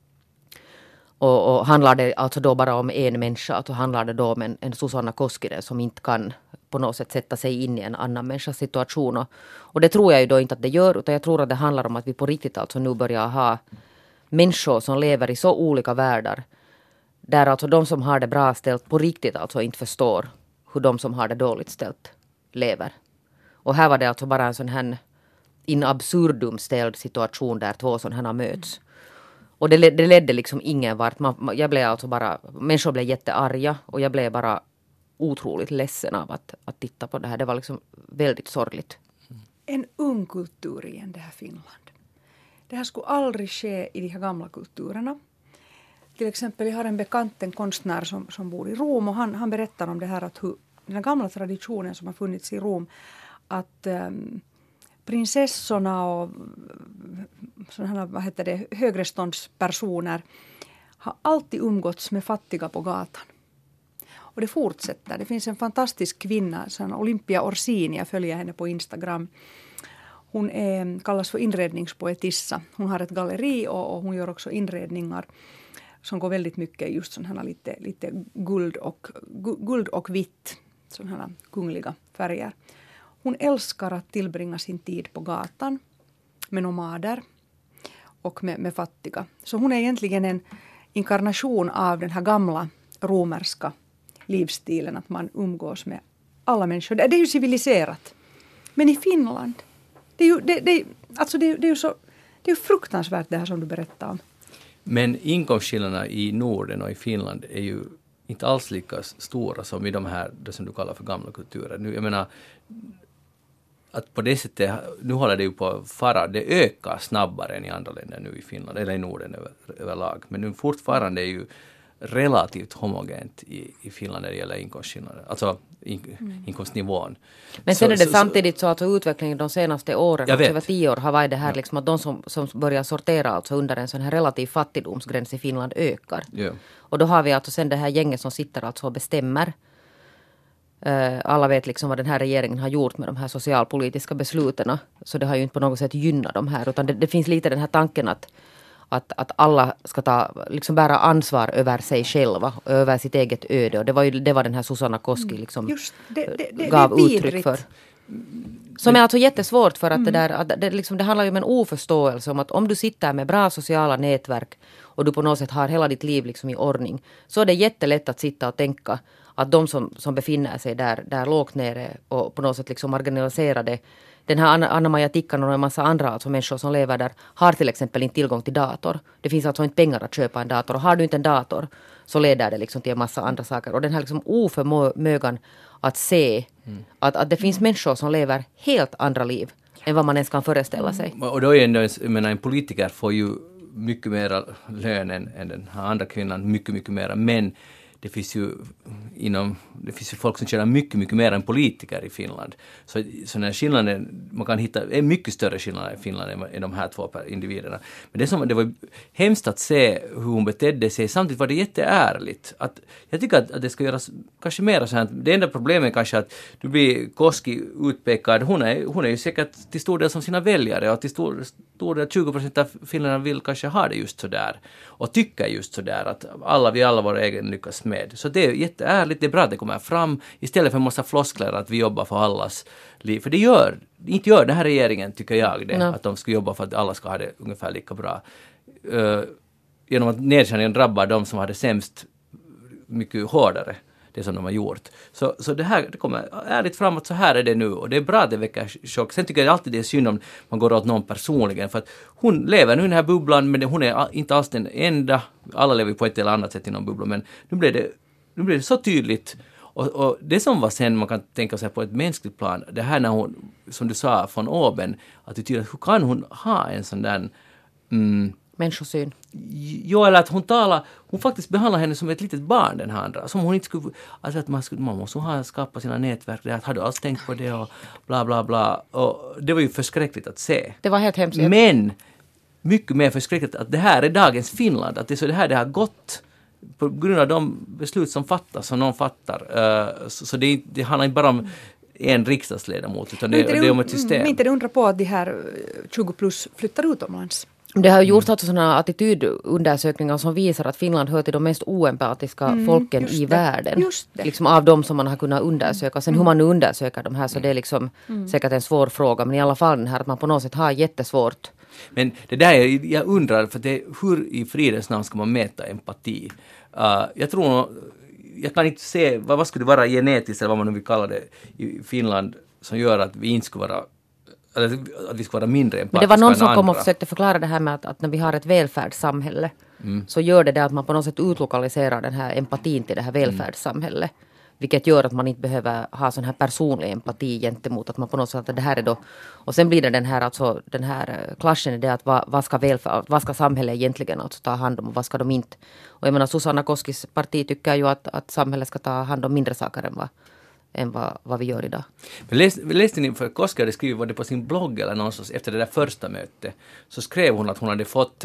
Och handlar det alltså då bara om en människa, alltså handlar det då om en Susanna Koskinen som inte kan på något sätt sätta sig in i en annan människas situation. Och det tror jag ju då inte att det gör, utan jag tror att det handlar om att vi på riktigt alltså nu börjar ha människor som lever i så olika världar, där alltså de som har det bra ställt på riktigt alltså inte förstår hur de som har det dåligt ställt lever. Och här var det alltså bara en sån här in absurdum ställd situation där 2 sådana här möts. Och det ledde liksom ingen vart. Jag blev alltså bara, människor blev jättearga och jag blev bara otroligt ledsen av att titta på det här. Det var liksom väldigt sorgligt. En ung kultur igen, det här Finland. Det här skulle aldrig ske i de här gamla kulturerna. Till exempel, jag har en bekant, en konstnär som bor i Rom, och han berättar om det här, att hur den här gamla traditionen som har funnits i Rom, att prinsessorna och sådana här, högreståndspersoner har alltid umgåtts med fattiga på gatan. Och det fortsätter. Det finns en fantastisk kvinna, Olympia Orsini, jag följer henne på Instagram. Hon kallas för inredningspoetissa. Hon har ett galleri och hon gör också inredningar som går väldigt mycket just sådana lite guld och vitt, sådana kungliga färger. Hon älskar att tillbringa sin tid på gatan med nomader och med fattiga. Så hon är egentligen en inkarnation av den här gamla romerska livsstilen, att man umgås med alla människor. Det är ju civiliserat. Men i Finland, det är ju fruktansvärt det här som du berättar om. Men inkomstskillnaderna i Norden och i Finland är ju inte alls lika stora som i de här, det som du kallar för gamla kulturer. Nu, jag menar, att på det sättet, nu håller det ju på att fara, det ökar snabbare än i andra länder nu i Finland, eller i Norden överlag. Men nu fortfarande är ju relativt homogent i Finland när det gäller inkomstskillnader, alltså inkomstnivån. Men sen är det samtidigt så att utvecklingen de senaste åren, alltså över 10 år, har varit det här liksom att de som börjar sortera alltså under en sån här relativ fattigdomsgräns i Finland ökar. Ja. Och då har vi alltså sen det här gänget som sitter alltså och bestämmer. Alla vet liksom vad den här regeringen har gjort med de här socialpolitiska besluten, så det har ju inte på något sätt gynnat de här, utan det finns lite den här tanken att alla ska liksom bära ansvar över sig själva och över sitt eget öde. Och det var den här Susanna Koski liksom gav uttryck för. Som är alltså jättesvårt, för att det handlar ju om en oförståelse om att om du sitter med bra sociala nätverk och du på något sätt har hela ditt liv liksom i ordning, så är det jättelätt att sitta och tänka att de som befinner sig där lågt nere och på något sätt liksom marginaliserade, den här Anna-Maja Tikkanen och en massa andra alltså människor som lever där har till exempel inte tillgång till dator. Det finns alltså inte pengar att köpa en dator, och har du inte en dator så leder det liksom till en massa andra saker. Och den här liksom oförmågan att se att det finns människor som lever helt andra liv än vad man ens kan föreställa sig. Och då är ändå, en politiker får ju mycket mer lön än den här andra kvinnan, mycket mer, men det finns ju folk som tjänar mycket mer än politiker i Finland. Så den skillnaden, man kan hitta en mycket större skillnad i Finland än de här 2 individerna. Men det var hemskt att se hur hon betedde sig. Samtidigt var det jätteärligt. Jag tycker att det ska göras kanske mer så här. Det enda problemet är kanske att du blir Koski utpekad. Hon är ju säkert till stor del som sina väljare, och till stor del 20% av finländarna vill kanske ha det just så där. Och tycker just så där att vi alla våra egen lyckas med. Så det är jätteärligt, det är bra att det kommer fram istället för en massa floskler att vi jobbar för allas liv. För inte gör den här regeringen, tycker jag det, att de ska jobba för att alla ska ha det ungefär lika bra. Genom att nedskärningen drabbar de som har det sämst mycket hårdare, det som de har gjort. Så det kommer ärligt fram att så här är det nu, och det är bra att det väcker chock. Sen tycker jag alltid det är synd om man går åt någon personligen, för att hon lever nu i den här bubblan, men hon är inte alls den enda. Alla lever på ett eller annat sätt i någon bubbla, men nu blir det så tydligt. Och det som var sen, man kan tänka sig på ett mänskligt plan, det här när hon, som du sa, från oben, att hur kan hon ha en sån där Människosyn. Jo, eller att hon faktiskt behandlar henne som ett litet barn, den här andra. Som hon inte skulle, alltså att man måste ha skapat sina nätverk där, att har du alls tänkt på det och bla bla bla. Och det var ju förskräckligt att se. Det var helt hemskt. Men mycket mer förskräckligt att det här är dagens Finland, att det är så det här det har gått på grund av de beslut som fattas, som någon fattar. Så det handlar inte bara om en riksdagsledamot, utan det är om ett system. Men inte det undra på att de här 20 plus flyttar utomlands. Det har gjorts alltså sådana attitydundersökningar som visar att Finland hör till de mest oempatiska folken i världen. Just det. Liksom av dem som man har kunnat undersöka. Sen hur man nu undersöker de här, så det är liksom säkert en svår fråga. Men i alla fall den här att man på något sätt har jättesvårt. Men det där jag undrar, för hur i fridens namn ska man mäta empati? Jag tror, jag kan inte se, vad skulle det vara genetiskt eller vad man nu vill kalla det i Finland som gör att vi inte skulle vara, eller att vi ska vara mindre empatiska. Men det var någon som kom och försökte förklara det här med att när vi har ett välfärdssamhälle så gör det att man på något sätt utlokaliserar den här empatin till det här välfärdssamhället. Vilket gör att man inte behöver ha sån här personlig empati gentemot att man på något sätt att det här är då. Och sen blir det den här klaschen i det att vad ska samhället egentligen alltså ta hand om och vad ska de inte. Och jag menar Susanna Koskis parti tycker ju att samhället ska ta hand om mindre saker än vad vi gör idag. Men läste ni, för Koski hade skrivit, var det på sin blogg eller någonstans efter det där första mötet, så skrev hon att hon hade fått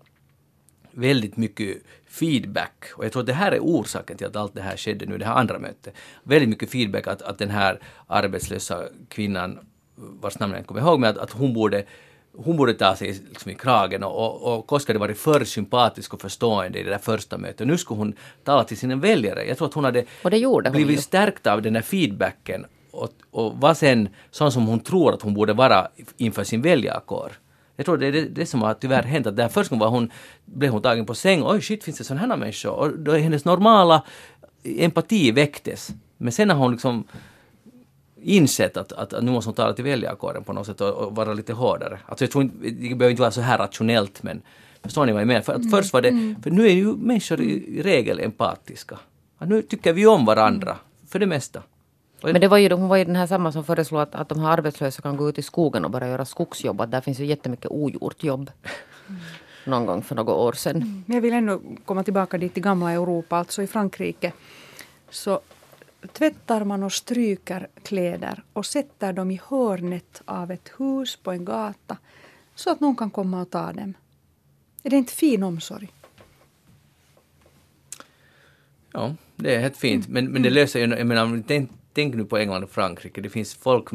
väldigt mycket feedback, och jag tror att det här är orsaken till att allt det här skedde nu, det här andra mötet. Väldigt mycket feedback att den här arbetslösa kvinnan, vars namn jag kommer ihåg, med att hon borde ta sig liksom i kragen, och Koski hade varit för sympatisk och förstående i det där första mötet. Nu skulle hon tala till sina väljare. Jag tror att hon hade blivit stärkt av den här feedbacken och var sen sån som hon tror att hon borde vara inför sin väljarkår. Jag tror det är det som har tyvärr hänt, att där först blev hon tagen på säng. Oj shit, finns det sådana här människor? Och då är hennes normala empati väcktes. Men sen har hon liksom insett att nu måste hon tala till väljarkåren på något sätt och vara lite hårdare. Alltså jag tror inte, det behöver inte vara så här rationellt, men förstår ni vad jag menar? För att först var det, för nu är ju människor i regel empatiska. Att nu tycker vi om varandra, för det mesta. Men hon var ju den här samma som föreslog att de här arbetslösa kan gå ut i skogen och bara göra skogsjobb. Att där finns ju jättemycket ogjort jobb. Någon gång för några år sedan. Men jag vill ändå komma tillbaka dit till gamla Europa, alltså i Frankrike. Så tvättar man och stryker kläder och sätter dem i hörnet av ett hus på en gata så att någon kan komma och ta dem. Är det inte fin omsorg? Ja, det är helt fint. Men det löser ju, jag menar, tänk nu på England och Frankrike. Det finns folk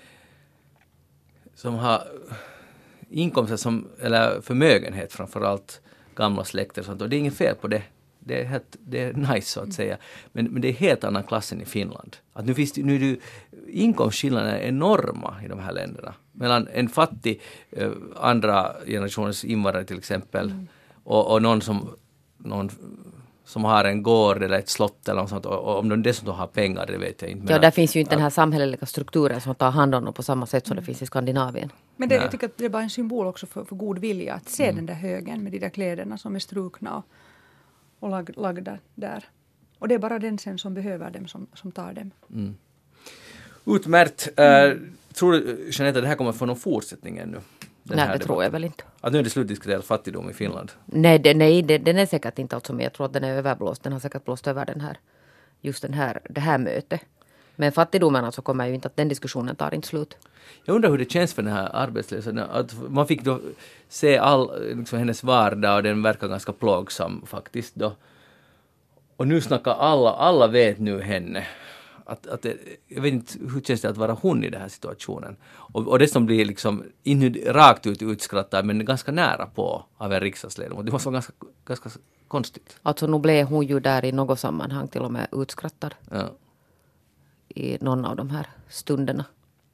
som har inkomster eller förmögenhet, framförallt gamla släkter och sånt. Och det är inget fel på det. Det är nice så att säga. Men det är helt annan klass än i Finland. Att nu är inkomstskillnaderna enorma i de här länderna. Mellan en fattig andra generationens invandrare till exempel och någon som har en gård eller ett slott eller något sånt. Och om de dessutom har pengar, det vet jag inte. Ja, där finns ju inte den här samhälleliga strukturen som tar hand om dem på samma sätt som det finns i Skandinavien. Men jag tycker att det är bara en symbol också för god vilja att se den där högen med de där kläderna som är strukna och lagda där. Och det är bara den sen som behöver dem som tar dem. Utmärkt. Tror du, Jeanette, att det här kommer få någon fortsättning ännu? Nej, det tror jag väl inte. Att nu är det slutdiskuterat fattigdom i Finland? Nej, den är säkert inte alltså, men jag tror att den är överblåst. Den har säkert blåst över det här mötet. Men fattigdomen alltså kommer ju inte att den diskussionen tar inte slut. Jag undrar hur det känns för den här arbetslösa. Att man fick då se liksom hennes vardag, och den verkar ganska plågsam faktiskt då. Och nu snackar alla vet nu henne. Jag vet inte hur känns det att vara hon i den här situationen. Och det som blir liksom inte rakt ut utskrattad, men ganska nära på av en riksdagsledamot. Det måste vara ganska konstigt. Alltså nu blev hon ju där i något sammanhang till och med utskrattad. Ja. I någon av de här stunderna.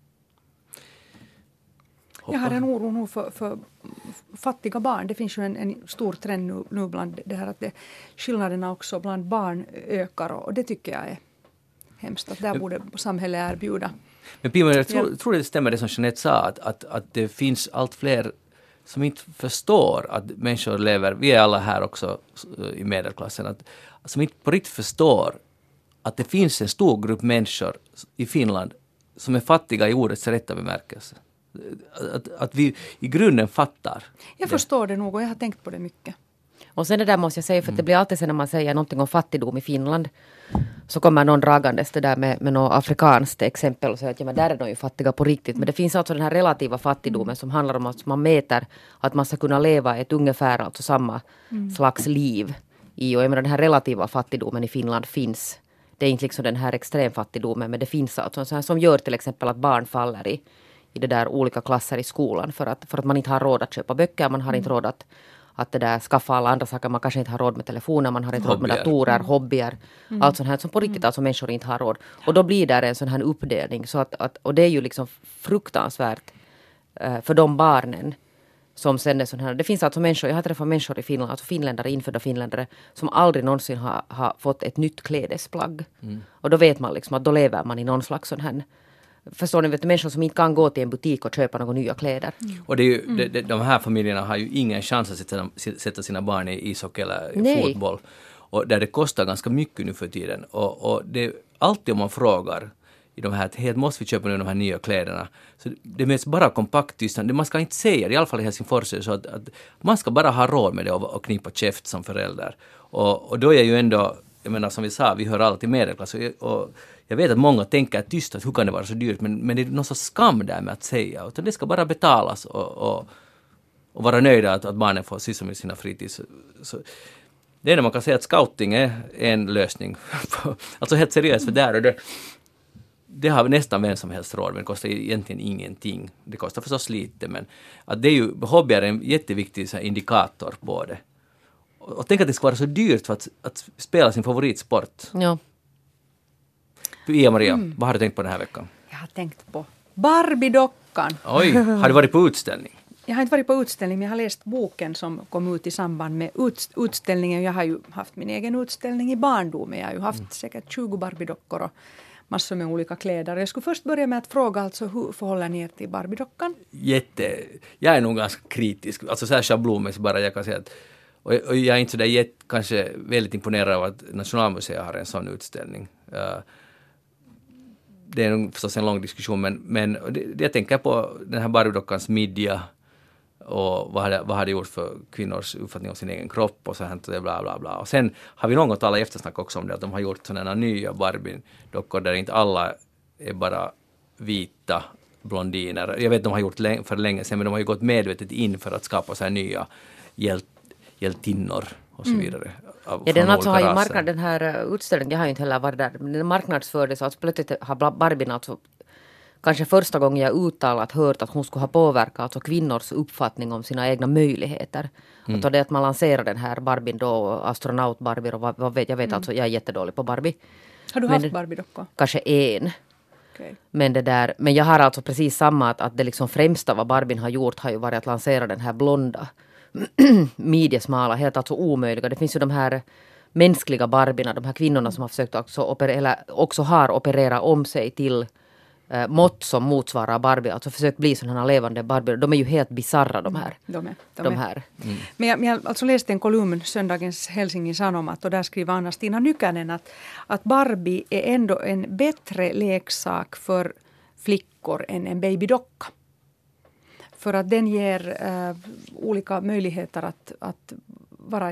Jag har en oro nu för fattiga barn. Det finns ju en stor trend nu bland det här att skillnaderna också bland barn ökar, och det tycker jag är hemskt. Att där borde samhället erbjuda. Men Pima, jag tror det stämmer det som Jeanette sa, att det finns allt fler som inte förstår att människor lever, vi är alla här också i medelklassen, som inte på riktigt förstår att det finns en stor grupp människor i Finland som är fattiga i ordets rätta bemärkelse. Att vi i grunden fattar. Jag förstår det nog och jag har tänkt på det mycket. Och sen det där måste jag säga, för att det blir alltid sen när man säger någonting om fattigdom i Finland, så kommer någon dragandes det där med något afrikanskt exempel och säger att ja, men där är de ju fattiga på riktigt. Men det finns alltså den här relativa fattigdomen som handlar om att man mäter att man ska kunna leva ett ungefär alltså samma slags liv i. Och jag menar, den här relativa fattigdomen i Finland finns. Det är inte liksom den här extremfattigdomen, men det finns alltså så här, som gör till exempel att barn faller i det där olika klasser i skolan för att man inte har råd att köpa böcker, man har inte råd att det där skaffa alla andra saker. Man kanske inte har råd med telefoner, man har inte råd med datorer, hobbyer. Allt sånt här som på riktigt alltså människor inte har råd. Och då blir det en sån här uppdelning. Så och det är ju liksom fruktansvärt för de barnen som sen är sån här. Det finns alltså människor, jag har träffat människor i Finland, alltså finländare, infödda finländare, som aldrig någonsin har fått ett nytt klädesplagg. Och då vet man liksom att då lever man i någon slags sån här. Förstår ni, vet du, människor som inte kan gå till en butik och köpa några nya kläder. Och det är ju, de här familjerna har ju ingen chans att sätta sina barn i ishockey eller fotboll. Och där det kostar ganska mycket nu för tiden. Och det är alltid om man frågar i de här, helt måste vi köpa nu de här nya kläderna. Så det möts bara kompakt tystnad. Man ska inte säga det, i alla fall i Helsingfors, så att man ska bara ha råd med det och knipa käft som förälder. Och då är ju ändå, jag menar som vi sa, vi hör alltid medelklass och jag vet att många tänker tyst att hur kan det vara så dyrt, men det är någon sorts skam där med att säga, utan det ska bara betalas och vara nöjda att barnen får syssla med sina fritids. Så det är när man kan säga att scouting är en lösning. Alltså helt seriöst, för där och det har nästan vem som helst råd, men det kostar egentligen ingenting. Det kostar förstås lite, men att det är ju, hobby är en jätteviktig så här, indikator på det. Och tänk att det ska vara så dyrt för att spela sin favoritsport. Ja. Maria, vad har du tänkt på den här veckan? Jag har tänkt på Barbie-dockan. Oj, har du varit på utställning? Jag har inte varit på utställning, men jag har läst boken som kom ut i samband med utställningen. Jag har ju haft min egen utställning i barndomen. Jag har ju haft säkert 20 Barbie-dockor och massor med olika kläder. Jag skulle först börja med att fråga alltså, hur förhåller ni er till Barbie-dockan? Jag är nog ganska kritisk. Alltså så här schablonmässigt bara, jag kan säga att och jag är inte så där kanske väldigt imponerad av att Nationalmuseet har en sån utställning. Det är nog förstås en lång diskussion, men jag tänker på den här Barbie-dockans midja och vad har det gjort för kvinnors uppfattning om sin egen kropp och så här och bla bla bla. Och sen har vi något alla eftersnack också om det, att de har gjort sådana nya Barbie-dockor där inte alla är bara vita blondiner. Jag vet att de har gjort för länge sedan, men de har ju gått medvetet in för att skapa så här nya hjältinnor och så vidare. Ja, den alltså har ju den här utställningen, jag har ju inte heller varit där, men den marknadsfördes, alltså plötsligt har Barbien alltså kanske första gången jag uttalat hört att hon skulle ha påverkat alltså kvinnors uppfattning om sina egna möjligheter. Och det att man lanserar den här Barbien då, astronaut Barbie och vad vet jag, alltså jag är jättedålig på Barbie. Har du haft Barbie-dockor? Kanske en. Okay. Men jag har alltså precis samma att det liksom främsta vad Barbien har gjort har ju varit att lansera den här blonda midjesmala, helt alltså omöjliga. Det finns ju de här mänskliga Barbierna, de här kvinnorna som har försökt också har opererat om sig till mått som motsvarar Barbie, alltså försökt bli sådana levande Barbie. De är ju helt bizarra de här. De här. Men jag alltså läste en kolumn söndagens Helsingin Sanomat och där skriver Anna-Stina Nykänen att Barbie är ändå en bättre leksak för flickor än en babydocka. För att den ger olika möjligheter att vara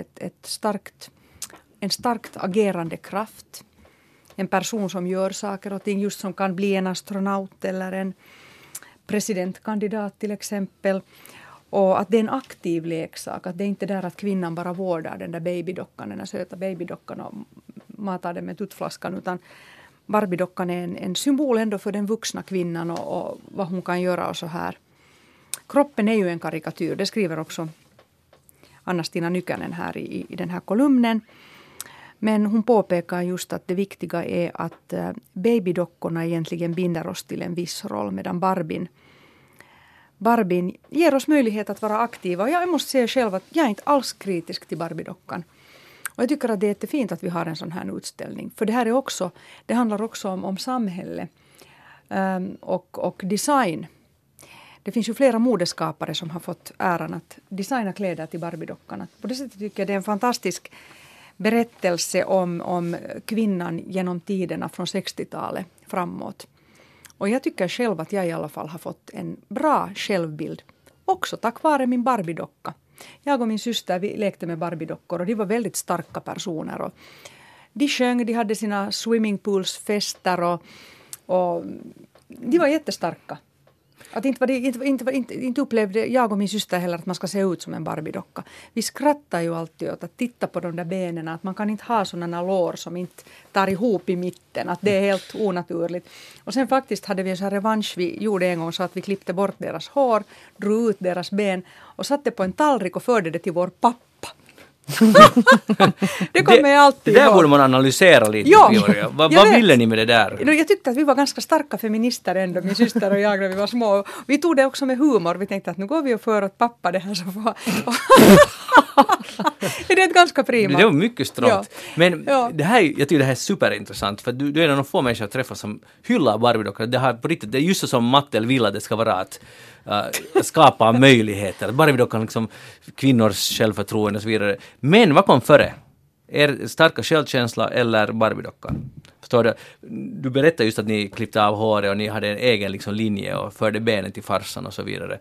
en starkt agerande kraft. En person som gör saker och ting, just som kan bli en astronaut eller en presidentkandidat till exempel. Och att det är en aktiv leksak, att det är inte där att kvinnan bara vårdar den där babydockan, den där söta babydockan och matar den med tuttflaskan, utan Barbiedockan är en symbol ändå för den vuxna kvinnan och vad hon kan göra och så här. Kroppen är ju en karikatyr, det skriver också Anna-Stina Nykänen här i den här kolumnen. Men hon påpekar just att det viktiga är att babydockorna egentligen binder oss till en viss roll, medan Barbien ger oss möjlighet att vara aktiva. Och jag måste säga själv att jag är inte alls kritisk till Barbiedockan. Och jag tycker att det är jättefint att vi har en sån här utställning. För det handlar också om samhälle och design. Det finns ju flera modeskapare som har fått äran att designa kläder till Barbiedockan. På det sättet tycker jag det är en fantastisk berättelse om kvinnan genom tiderna från 60-talet framåt. Och jag tycker själv att jag i alla fall har fått en bra självbild. Också tack vare min Barbie-docka. Jag och min syster vi lekte med Barbie-dockor och de var väldigt starka personer. Och de sjöng, de hade sina swimmingpoolsfester och de var jättestarka. Att inte upplevde jag och min syster heller att man ska se ut som en Barbie-docka. Vi skrattar ju alltid åt att titta på de där benen. Att man kan inte ha sådana lår som inte tar ihop i mitten. Att det är helt onaturligt. Och sen faktiskt hade vi en sån revansch vi gjorde en gång så att vi klippte bort deras hår, drog ut deras ben och satte på en tallrik och förde det till vår pappa. Det kommer jag alltid det där ihåg. borde man analysera lite. Ja, vad ville ni med det där? Jag tyckte att vi var ganska starka feminister ändå, min syster och jag när vi var små. Vi tog det också med humor. Vi tänkte att nu går vi och för åt pappa det här så får... Det är ganska prima. Det var mycket strångt. Ja. Men Ja. det här, jag tycker det här är superintressant för du är en av de få människor jag träffar som hyllar Barbie-dockor. Det, det är just så som Mattel vill att det ska vara att skapa möjligheter. Barbie-dockan liksom kvinnors självförtroende och så vidare. Men vad kom före? Er starka självkänsla eller Barbie-dockan? Förstår du? Du berättade just att ni klippte av håret och ni hade en egen liksom linje och förde benen till farsan och så vidare.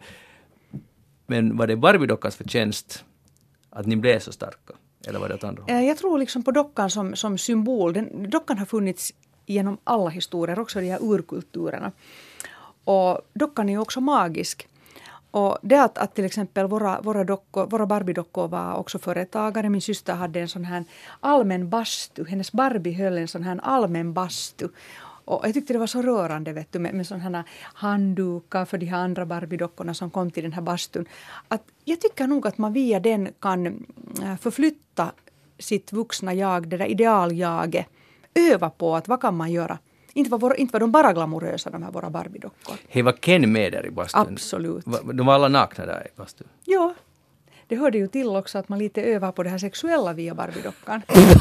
Men var det Barbie-dockans förtjänst att ni blev så starka? Eller var det ett andra? Jag tror liksom på dockan som symbol. Dockan har funnits genom alla historier, också de här urkulturerna. Och dockan är ju också magisk. Och det att till exempel våra Barbie-dockor var också företagare. Min syster hade en sån här allmän bastu. Hennes Barbie höll en sån här allmän bastu. Och jag tyckte det var så rörande vet du, med sådana här handdukar för de här andra Barbie-dockorna som kom till den här bastun. Att jag tycker nog att man via den kan förflytta sitt vuxna jag, det där idealjaget. Öva på att vad kan man göra. Inte var de bara glamorösa, de här våra Barbie-dockor. Hej, var Ken med där i bastun? Absolut. De var alla nakna där i bastun? Ja, det hörde ju till också att man lite övar på det här sexuella via Barbie-dockan.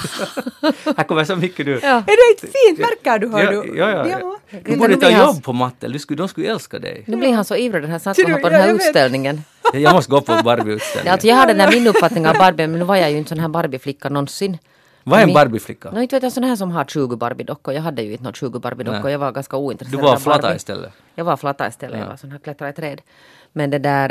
Här kommer så mycket du... Ja. Är det inte fint? Märker du? Hör du? Ja. Du borde ta jobb på Mattel. De skulle älska dig. Nu blir han så ivrig den här satsningen på den här utställningen. Jag måste gå på Barbie-utställningen. Alltså jag hade den här min uppfattning av Barbie, men nu var jag ju inte sån här Barbie-flicka någonsin. Vad är en Barbie-flicka? No, inte vet jag sån här som har 20 Barbie-dockor. Jag hade ju inte något 20 Barbie-dockor. Jag var ganska ointresserad Du var av Barbie. flatta istället? Jag var flatta istället. Jag var sån här klättra i träd. Men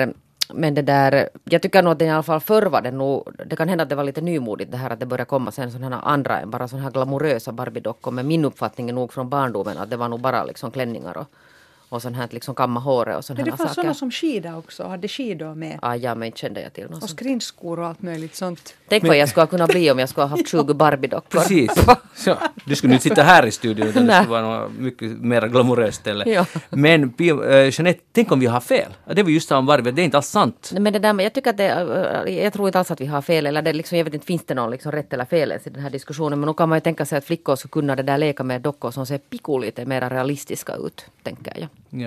det där, jag tycker nog att det i alla fall förr var det nog, det kan hända att det var lite nymodigt det här att det började komma sen sådana här andra än bara sådana här glamorösa Barbie-dockor. Men min uppfattning är nog från barndomen att det var nog bara liksom klänningar och sånt här liksom kamma håret och sådana här saker. Men det var sådana som skida också, hade skidor med. Ja, men inte kände jag till något och sånt. skridskor och allt möjligt sånt. Tänk vad jag skulle kunna bli om jag skulle ha haft 20 Barbie-dockor. Precis. Så, du skulle inte sitta här i studion utan det skulle vara något mycket mer glamoröst ställe. Ja. Men Jeanette, tänk om vi har fel. Det var just det om Barbie, det är inte alls sant. Men det där, jag tycker att jag tror inte alls att vi har fel. Eller det liksom, jag vet inte, finns det någon liksom rätt eller fel i den här diskussionen. Men nu kan man ju tänka sig att flickor skulle kunna det där leka med dockor som ser lite mer realistiska ut, tänker jag. Ja.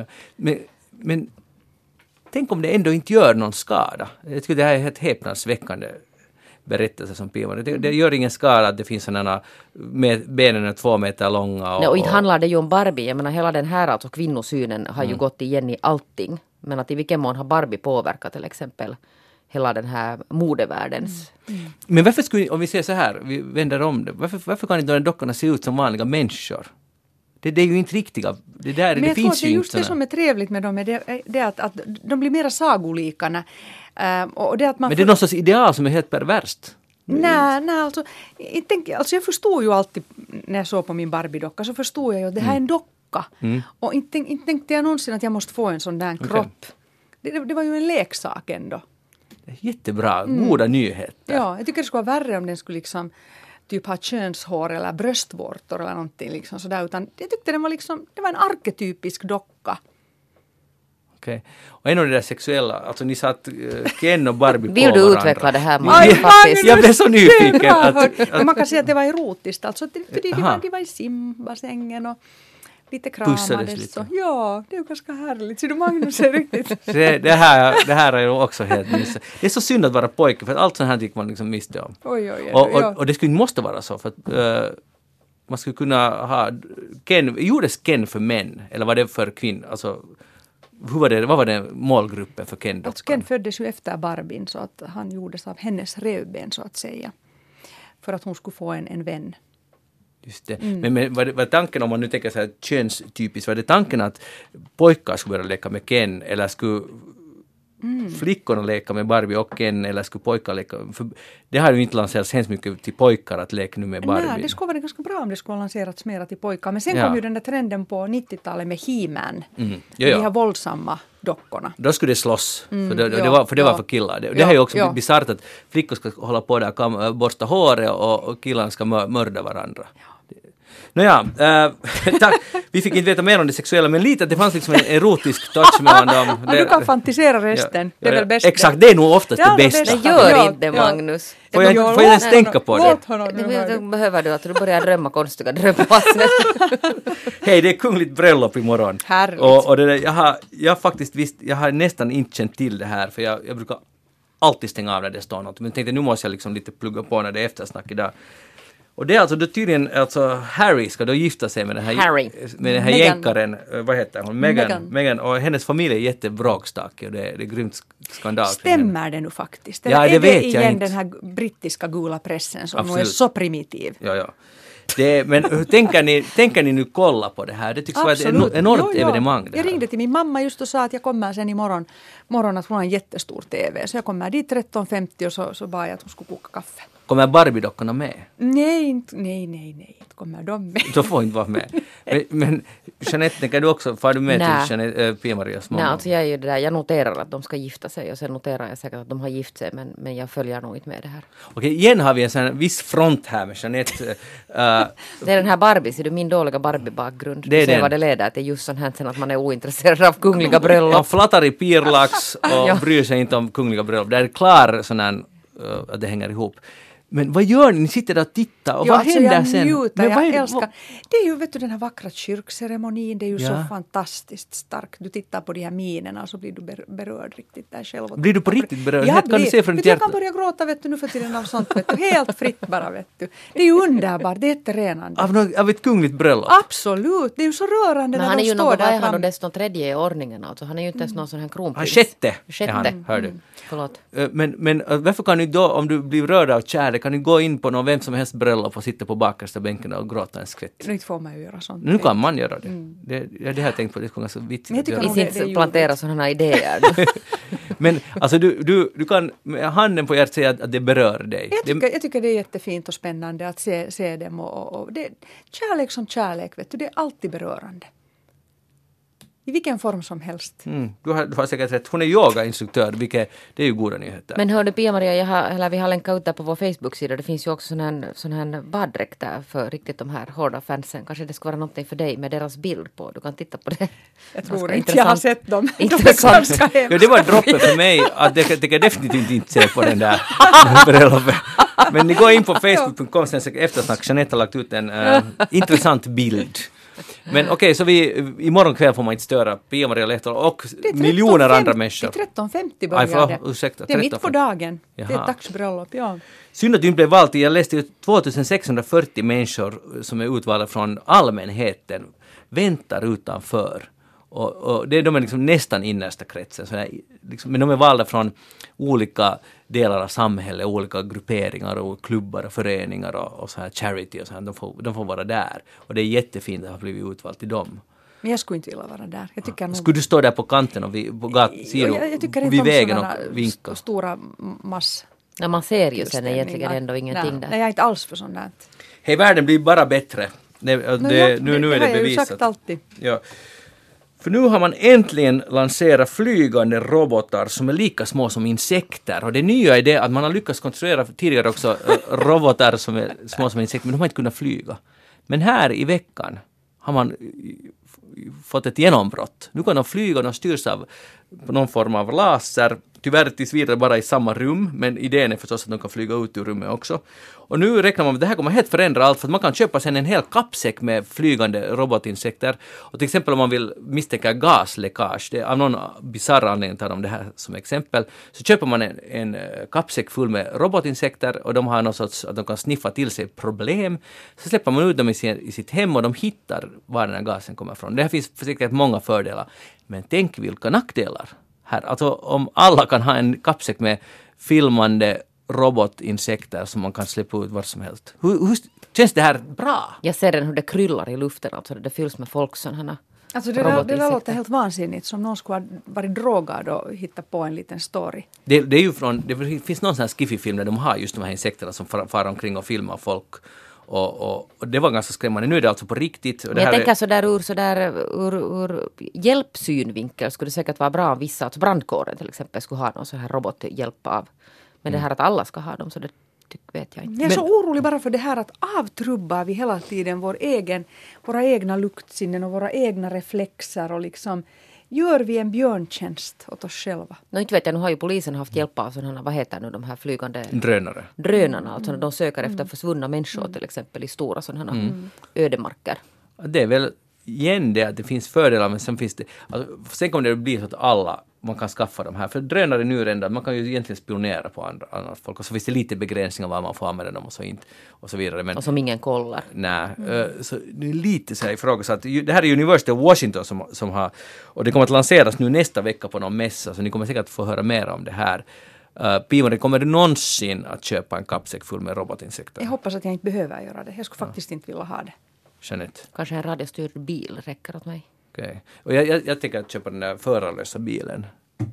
Men tänk om det ändå inte gör någon skada. Jag tycker det här är helt häpnadsväckande berättelse som Pia. Det gör ingen skada att det finns sådana med benen är 2 meter långa. Och inte handlar det ju om Barbie. Jag menar hela den här alltså kvinnosynen har ju gått igen i allting. Men att i vilken mån har Barbie påverkat till exempel hela den här modevärldens... Men varför skulle, om vi säger så här, vi vänder om det. Varför kan inte de dockorna se ut som vanliga människor? Det är ju inte riktiga. Det där, men det jag tror finns att det är ju just inte det som är trevligt med dem. Det är att de blir mera sagolikana. Och det att man men det är någon sorts ideal som är helt perverst. Nej, alltså jag förstod ju alltid när jag såg på min Barbie-docka så förstod jag ju att det här är en docka. Och inte tänkte jag någonsin att jag måste få en sån där kropp. Det var ju en leksak ändå. Jättebra, goda nyheter. Ja, jag tycker det skulle vara värre om den skulle liksom typ ha könshår eller bröstvårtor eller någonting liksom sådär. Utan jag tyckte det var en arketypisk docka. Okej. Och en av de där sexuella, alltså ni satt Ken och Barbie på Vill du varandra. utveckla det här? Jag blev så nyfiken. Man kan säga att det var erotiskt. Alltså, de var i simbassängen och lite kramades. Så. Ja, det är ju ganska härligt. Så du Magnus är riktigt... det här är ju också helt nyss. Det är så synd att vara pojke för att allt sånt här tycker man liksom miste om. Oj. Och det måste vara så för att man skulle kunna ha gjordes Ken för män eller var det för kvinnor? Alltså, vad var det målgruppen för Ken-dockan? Alltså Ken föddes ju efter Barbin så att han gjordes av hennes revben så att säga. För att hon skulle få en vän. Just det. Men var tanken, om man nu tänker så här könstypiskt, var det tanken att pojkar skulle börja leka med Ken, eller skulle flickorna leka med Barbie och Ken, eller skulle pojkar leka? För det har ju inte lanserats hemskt mycket till pojkar att leka nu med Barbie. Nej, det skulle vara ganska bra om det skulle ha lanserats mera till pojkar. Men sen kom ju den där trenden på 90-talet med He-Man. De här våldsamma dockorna. Då skulle det slåss, för det var för killar. Det är ju också bisarrt att flickor ska hålla på där, borsta håret och killarna ska mörda varandra. Nåja, tack. Vi fick inte veta mer om det sexuella, men lite att det fanns liksom en erotisk touch mellan dem. Du kan fantisera resten, det är väl bäst. Exakt, det är nog oftast det bästa. Det gör inte Magnus. Får jag ens tänka på det? Det behöver du, att du börjar drömma konstiga drömmar. Hej, det är kungligt bröllop imorgon. Härligt. Och det där, jag faktiskt visst, jag har nästan inte känt till det här, för jag brukar alltid stänga av när det står något. Men tänkte, nu måste jag liksom lite plugga på när det är eftersnack idag. Och det är alltså då tydligen, Harry ska då gifta sig med den här jänkaren, vad heter hon? Meghan, och hennes familj är jättebråkstakig och det är grymt skandal. Stämmer det nu faktiskt? Ja, det vet jag igen inte. Den här brittiska gula pressen som Absolut. nu är så primitiv. Ja. Men tänker ni nu kolla på det här? Det tycks vara ett enormt evenemang. Jag ringde till min mamma just och sa att jag kommer sen imorgon att hon har en jättestor TV. Så jag kommer dit 13.50 och så bad jag att hon skulle koka kaffe. Kommer Barbie-dockorna med? Nej, inte kommer de med. De får inte vara med. Men Jeanette, tänker du också, far du med till Pia-Marias mamma? Nej, alltså jag är ju det där, jag noterar att de ska gifta sig och sen noterar jag säkert att de har gift sig, men jag följer nog inte med det här. Okej, igen har vi en sån viss front här med Jeanette. Det är den här Barbie, ser du, min dåliga Barbie-bakgrund. Du ser vad det leder till, just sån här sen att man är ointresserad av kungliga bröllop. Man flattar i pirlax och bryr sig inte om kungliga bröllop. Det är klar sån här, att det hänger ihop. Men vad gör ni? Ni sitter där och tittar. Och vad händer sen? Jag älskar. Det är ju, vet du, den här vackra kyrkceremonin. Det är ju så fantastiskt starkt. Du tittar på de här minerna och så blir du berörd riktigt där själv. Blir du på riktigt berörd? Ja, kan du se från jag kan börja gråta, vet du, nu för tiden av sånt. Vet du. Helt fritt bara, vet du. Det är ju underbart. Det är jätterenande. Av ett kungligt bröllop? Absolut. Det är ju så rörande när de står där fram. Men han är ju han och dessutom tredje i ordningen. Alltså. Han är ju inte ens någon sån här kronprins. Sjätte. Hör du. Förlåt. Men varför kan du då, om du blir rörd av kärlek, kan du gå in på vem som helst bröllop och sitta på bakersta bänken och gråta en skvätt? Nu får man ju göra sånt. Nu kan man göra det. Det har jag tänkt på, det är ganska vitsigt. Vi ska inte plantera sådana idéer. Men alltså du kan med handen på hjärtat säga att det berör dig. Jag tycker det är jättefint och spännande att se dem. Och det, kärlek som kärlek, vet du, det är alltid berörande. I vilken form som helst. Du har säkert rätt. Hon är yogainstruktör, det är ju goda nyheter. Men hörde Pia-Maria, vi har länkat ut där på vår Facebook-sida. Det finns ju också sån här baddräkt där för riktigt de här hårda fansen. Kanske det ska vara någonting för dig med deras bild på. Du kan titta på det. Jag tror inte jag har sett dem. Intressant. Ja, det var droppen för mig att jag tänker definitivt inte se på den där bröllopet. Men ni går in på facebook.com sen eftersnack. Jeanette har lagt ut en intressant bild. Men okej, så imorgon kväll får man inte störa Pia-Maria Lehtola och miljoner andra människor. Det är 13.50 börjar det. Ursäkta, det är mitt på dagen. Jaha. Det är ett dagsbröllop, ja. Synd att du inte blev vald. Jag läste ju 2640 människor som är utvalda från allmänheten väntar utanför. Och de är liksom nästan innersta kretsen. Så liksom, men de är valda från olika delar av samhället, olika grupperingar och klubbar och föreningar och så här charity och så här. De får vara där. Och det är jättefint att ha blivit utvald till dem. Men jag skulle inte vilja vara där. Jag tycker nog... Skulle du stå där på kanten och vid vägen och vinka? Stora mass... Ja, man ser ju sen egentligen ändå ingenting där. Nej, jag är inte alls för sånt där. Hej, världen blir bara bättre. Nu är det bevisat. Det har jag ju sagt alltid. Ja. För nu har man äntligen lanserat flygande robotar som är lika små som insekter. Och det nya är det att man har lyckats konstruera tidigare också robotar som är små som insekter, men de har inte kunnat flyga. Men här i veckan har man fått ett genombrott. Nu kan de flyga och de styrs av någon form av laser. Tyvärr tills vidare bara i samma rum, men idén är förstås att de kan flyga ut ur rummet också. Och nu räknar man med att det här kommer helt förändra allt, för att man kan köpa sen en hel kappsäck med flygande robotinsekter. Och till exempel om man vill misstänka gasläckage, det är av någon bizarr anledning tar de det här som exempel, så köper man en kappsäck full med robotinsekter och de har någon sorts att de kan sniffa till sig problem. Så släpper man ut dem i sitt hem och de hittar var den här gasen kommer från. Det här finns säkert många fördelar, men tänk vilka nackdelar här. Alltså om alla kan ha en kappsäck med filmande robotinsekter som man kan släppa ut var som helst. Hur känns det här bra? Jag ser den hur det kryllar i luften, alltså det fylls med folk sådana. Alltså det där låter helt vansinnigt, som någon skulle ha varit drogad och hittat på en liten story. Det är ju det finns någon sån här skiffy-film där de har just de här insekterna som far omkring och filmar folk. Och det var ganska skrämmande. Nu är det alltså på riktigt. Och det jag här tänker ur hjälpsynvinkel skulle det säkert vara bra om vissa, alltså brandkåren till exempel, skulle ha någon sån här robothjälp av. Men det här att alla ska ha dem, så det vet jag inte. Jag är så orolig bara för det här att avtrubbar vi hela tiden våra egna luktsinnen och våra egna reflexer och liksom gör vi en björntjänst åt oss själva. Inte vet jag, nu har ju polisen haft hjälp av sådana, vad heter nu de här flygande drönarna, alltså när de söker efter försvunna människor till exempel i stora sådana ödemarker. Det är väl igen det att det finns fördelar, men sen finns det, alltså, sen kommer det att bli så att man kan skaffa de här, för drönare nu redan, man kan ju egentligen spionera på andra folk, och så finns det lite begränsningar var man får använda dem och så inte, och så vidare. Men, och som ingen kollar. Nej, så det är lite så här ifrågasatt. Det här är University of Washington som har, och det kommer att lanseras nu nästa vecka på någon mässa, så ni kommer säkert få höra mer om det här. Pimari, kommer du någonsin att köpa en kappsäck full med robotinsekter? Jag hoppas att jag inte behöver göra det. Jag skulle faktiskt inte vilja ha det. Jeanette. Kanske en radiostyrd bil räcker åt mig. Okej. Och jag tänker att köpa den där förarlösa bilen.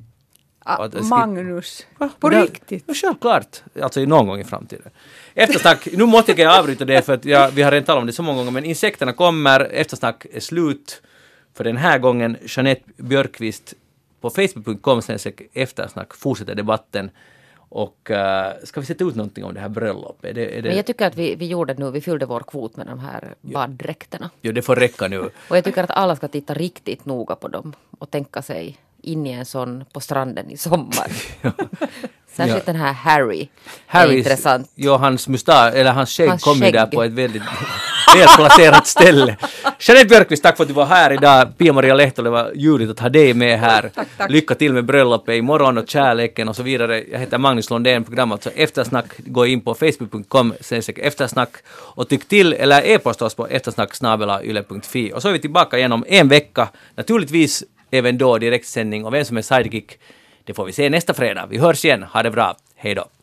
Magnus, på riktigt? Ja, självklart. Alltså någon gång i framtiden. Eftersnack, nu måste jag avbryta det för att vi har redan talat om det så många gånger, men insekterna kommer, eftersnack är slut för den här gången. Jeanette Björkqvist på facebook.com/eftersnack fortsätter debatten. Och ska vi sätta ut någonting om det här bröllopet? Men jag tycker att vi gjorde nu, vi fyllde vår kvot med de här baddräkterna. Jo, det får räcka nu. Och jag tycker att alla ska titta riktigt noga på dem och tänka sig in i en sån på stranden i sommar. Särskilt den här Harry är intressant. Ja, hans mustasch, eller hans skägg kom ju där på ett väldigt välplacerat ställe. Jeanette Björkqvist, tack för att du var här idag. Pia-Maria Lehtola, det var ljuvligt att ha dig med här. Tack. Lycka till med bröllopet imorgon och kärleken och så vidare. Jag heter Magnus Lundén, programmet så Eftersnack. Gå in på facebook.com/eftersnack och tyck till eller e-posta oss på eftersnack@yle.fi. Och så är vi tillbaka igen om en vecka. Naturligtvis även då direktsändning, och vem som är sidekick, det får vi se nästa fredag. Vi hörs igen. Ha det bra. Hej då.